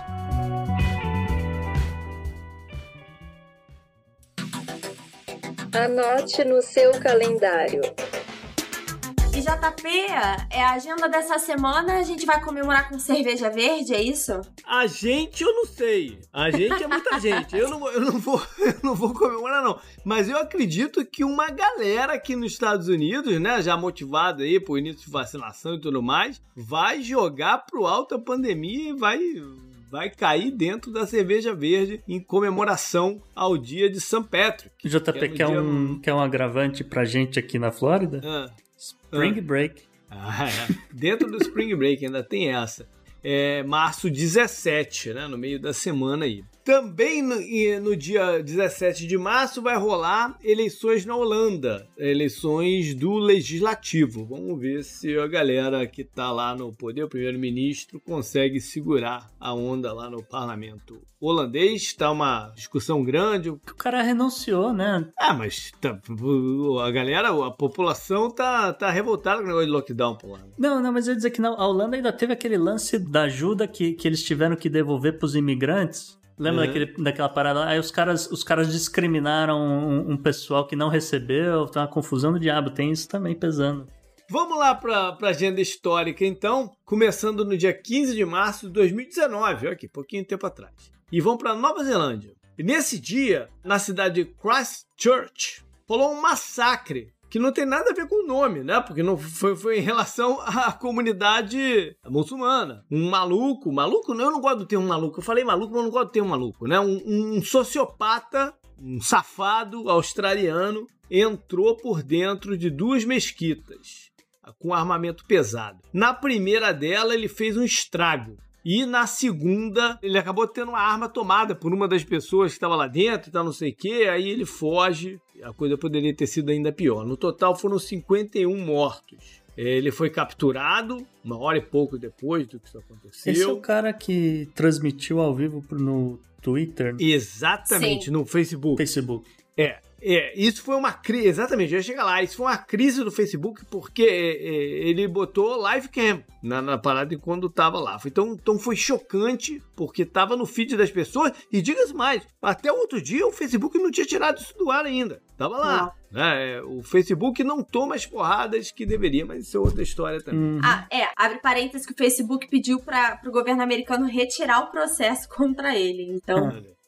Anote no seu calendário. E JP, a agenda dessa semana a gente vai comemorar com cerveja verde, é isso? A gente, eu não sei. A gente é muita gente. Eu não vou comemorar, não. Mas eu acredito que uma galera aqui nos Estados Unidos, né, já motivada aí por início de vacinação e tudo mais, vai jogar pro alto a pandemia e vai cair dentro da cerveja verde em comemoração ao dia de St. Patrick. JP, quer um agravante pra gente aqui na Flórida? Spring Break. Dentro do Spring Break ainda tem essa. Março 17, né, no meio da semana aí. Também no dia 17 de março vai rolar eleições na Holanda, eleições do Legislativo. Vamos ver se a galera que tá lá no poder, o primeiro-ministro, consegue segurar a onda lá no parlamento holandês. Tá uma discussão grande. O cara renunciou, né? Mas a população tá revoltada com o negócio de lockdown por lá. Não, mas eu ia dizer que a Holanda ainda teve aquele lance da ajuda que eles tiveram que devolver pros imigrantes. Lembra daquela parada? Aí os caras discriminaram um pessoal que não recebeu, tá uma confusão do diabo, tem isso também pesando. Vamos lá pra agenda histórica, então, começando no dia 15 de março de 2019, olha aqui, pouquinho tempo atrás. E vamos pra Nova Zelândia. E nesse dia, na cidade de Christchurch, rolou um massacre que não tem nada a ver com o nome, né? Porque não foi em relação à comunidade muçulmana. Um maluco, eu não gosto do termo maluco, eu falei maluco, mas eu não gosto do termo maluco, né? Um sociopata, um safado australiano, entrou por dentro de 2 mesquitas com armamento pesado. Na primeira dela, ele fez um estrago. E na segunda, ele acabou tendo uma arma tomada por uma das pessoas que estava lá dentro e tal, não sei o quê. Aí ele foge. A coisa poderia ter sido ainda pior. No total, foram 51 mortos. Ele foi capturado 1 hora e pouco depois do que isso aconteceu. Esse é o cara que transmitiu ao vivo no Twitter? Exatamente, sim. No Facebook. Isso foi uma crise, exatamente, eu ia chegar lá, isso foi uma crise do Facebook porque ele botou live cam na parada quando tava lá. Então foi chocante porque tava no feed das pessoas e diga-se mais, até o outro dia o Facebook não tinha tirado isso do ar ainda, tava lá. Né? O Facebook não toma as porradas que deveria, mas isso é outra história também. Abre parênteses que o Facebook pediu pro governo americano retirar o processo contra ele, então...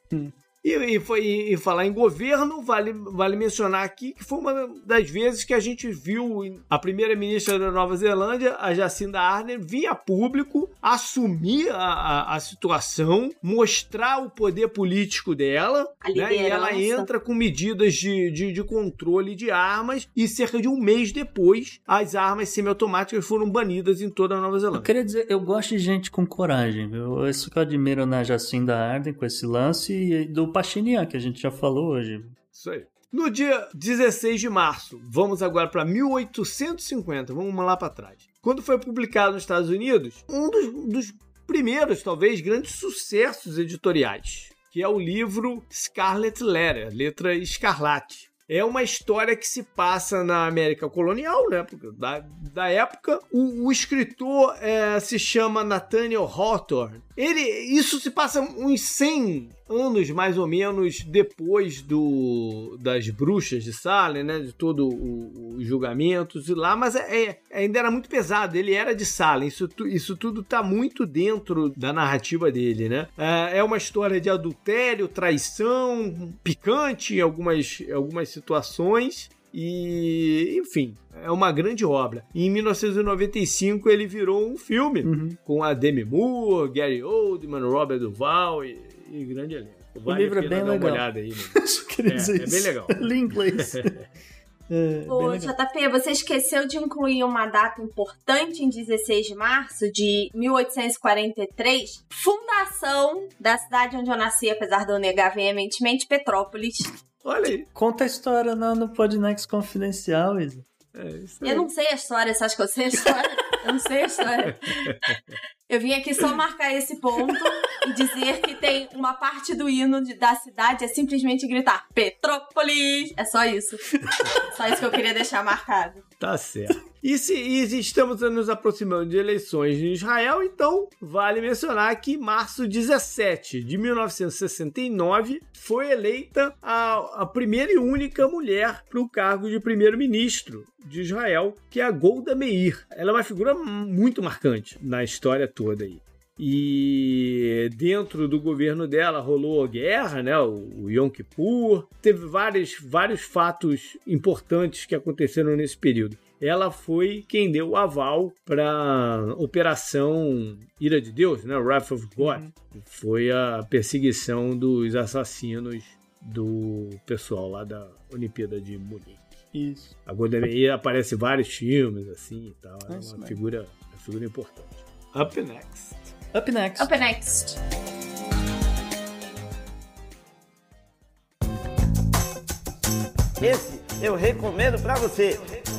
E falar em governo, vale mencionar aqui que foi uma das vezes que a gente viu a primeira-ministra da Nova Zelândia, a Jacinda Ardern, vir a público, assumir a situação, mostrar o poder político dela, né? E ela entra com medidas de controle de armas e cerca de 1 mês depois, as armas semiautomáticas foram banidas em toda a Nova Zelândia. Eu queria dizer, eu gosto de gente com coragem, viu? Isso que eu admiro na Jacinda Ardern com esse lance e do Pachinian, que a gente já falou hoje. Isso aí. No dia 16 de março, vamos agora para 1850, vamos lá para trás. Quando foi publicado nos Estados Unidos, um dos primeiros, talvez, grandes sucessos editoriais, que é o livro Scarlet Letter, Letra Escarlate. É uma história que se passa na América colonial, né? Da época. O escritor se chama Nathaniel Hawthorne. Isso se passa uns 100 anos, mais ou menos, depois das bruxas de Salem, né? De todo os julgamentos e lá. Mas ainda era muito pesado. Ele era de Salem. Isso tudo está muito dentro da narrativa dele, né? É uma história de adultério, traição, picante em algumas situações. E, enfim, é uma grande obra. E em 1995 ele virou um filme com a Demi Moore, Gary Oldman, Robert Duvall e grande elenco. O livro é bem legal. Uma olhada aí, Só queria dizer isso. É bem legal. Em inglês. Ô, JP, você esqueceu de incluir uma data importante em 16 de março de 1843, fundação da cidade onde eu nasci, apesar de eu negar veementemente, Petrópolis. Olha aí. Conta a história no Podnext Confidencial, Isa. Eu não sei a história, você acha que eu sei a história? Eu não sei a história. Eu vim aqui só marcar esse ponto. e dizer que tem uma parte do hino da cidade é simplesmente gritar Petrópolis. É só isso. Só isso que eu queria deixar marcado. Tá certo. E estamos nos aproximando de eleições em Israel, então vale mencionar que em março 17 de 1969 foi eleita a primeira e única mulher para o cargo de primeiro-ministro de Israel, que é a Golda Meir. Ela é uma figura muito marcante na história toda aí. E dentro do governo dela rolou a guerra, né? O Yom Kippur. Teve vários fatos importantes que aconteceram nesse período. Ela foi quem deu o aval para a Operação Ira de Deus, né? Wrath of God. Foi a perseguição dos assassinos do pessoal lá da Olimpíada de Munique. Isso. A Golda Meir aparece em vários filmes assim e tal. É uma figura importante. Up next. Up next. Up next. Esse eu recomendo pra você.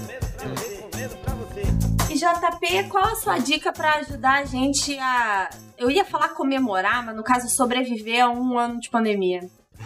E JP, qual a sua dica pra ajudar a gente a... Eu ia falar comemorar, mas no caso sobreviver a 1 ano de pandemia.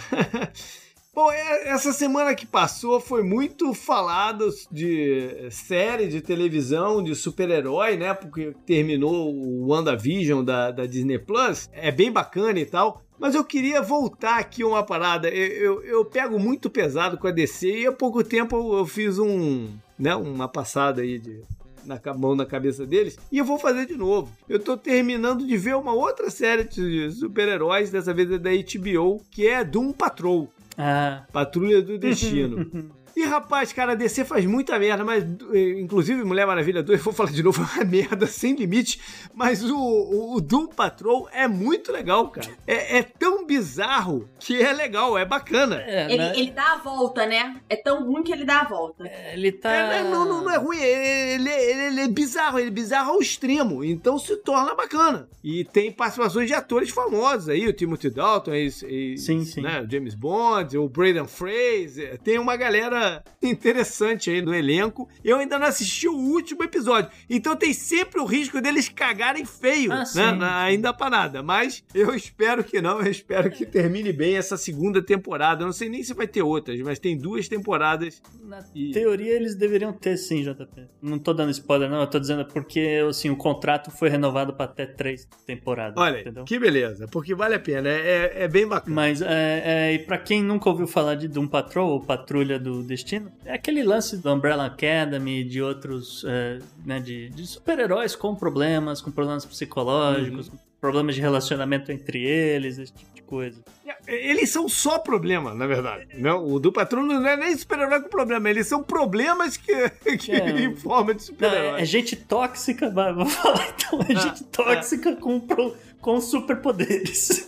Bom, essa semana que passou foi muito falado de série de televisão, de super-herói, né? Porque terminou o WandaVision da Disney Plus. É bem bacana e tal. Mas eu queria voltar aqui uma parada. Eu pego muito pesado com a DC e há pouco tempo eu fiz uma passada aí na mão na cabeça deles, e eu vou fazer de novo. Eu tô terminando de ver uma outra série de super-heróis, dessa vez é da HBO, que é Doom Patrol. Patrulha do Destino. E rapaz, cara, a DC faz muita merda, mas inclusive Mulher Maravilha 2, eu vou falar de novo, é uma merda sem limite, mas o Doom Patrol é muito legal, cara. É tão bizarro que é legal, é bacana. Ele dá a volta, né? É tão ruim que ele dá a volta. Ele tá... Não é ruim, ele é bizarro, ele é bizarro ao extremo, então se torna bacana. E tem participações de atores famosos aí, o Timothy Dalton, sim. Né, o James Bond, o Brendan Fraser, tem uma galera interessante aí no elenco. Eu ainda não assisti o último episódio, então tem sempre o risco deles cagarem feio, né? Ainda pra nada, mas eu espero que não, eu espero que termine bem essa segunda temporada. Eu não sei nem se vai ter outras, mas tem 2 temporadas. Na teoria eles deveriam ter sim, JP. Não tô dando spoiler não, eu tô dizendo porque assim, o contrato foi renovado pra até 3 temporadas. Olha, entendeu? Que beleza, porque vale a pena, é bem bacana. Mas e pra quem nunca ouviu falar de Doom Patrol ou Patrulha do Destino, é aquele lance do Umbrella Academy, de outros né, de super-heróis com problemas psicológicos, com problemas de relacionamento entre eles, esse tipo de coisa. Eles são só problema, na verdade. Não, o do Patrão não é nem super-herói com problema, eles são problemas que em forma de super-herói. É gente tóxica, vou falar então, gente tóxica com superpoderes.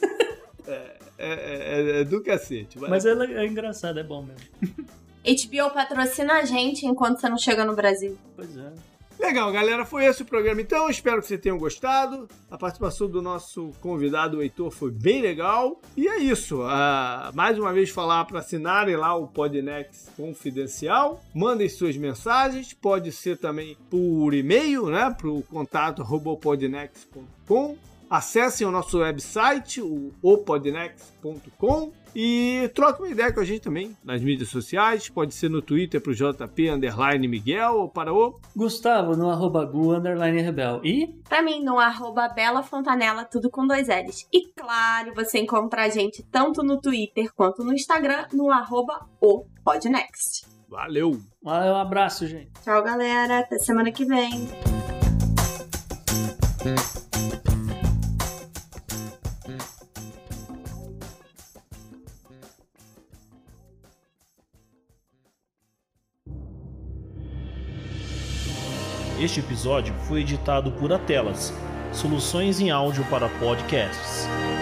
É do cacete. Mas é engraçado, é bom mesmo. HBO patrocina a gente enquanto você não chega no Brasil. Pois é. Legal, galera, foi esse o programa então, espero que vocês tenham gostado. A participação do nosso convidado, o Heitor, foi bem legal. E é isso, mais uma vez falar para assinarem lá o Podnext Confidencial, mandem suas mensagens, pode ser também por e-mail, né, pro contato@podnext.com. Acessem o nosso website, o opodnext.com, e troquem uma ideia com a gente também nas mídias sociais. Pode ser no Twitter pro JP_Miguel ou para o Gustavo no @Gu_Rebel. E pra mim no @BelaFontanella, tudo com 2 L's. E claro, você encontra a gente tanto no Twitter quanto no Instagram no @opodnext. Valeu! Um abraço, gente. Tchau, galera. Até semana que vem. Este episódio foi editado por Atelas, soluções em áudio para podcasts.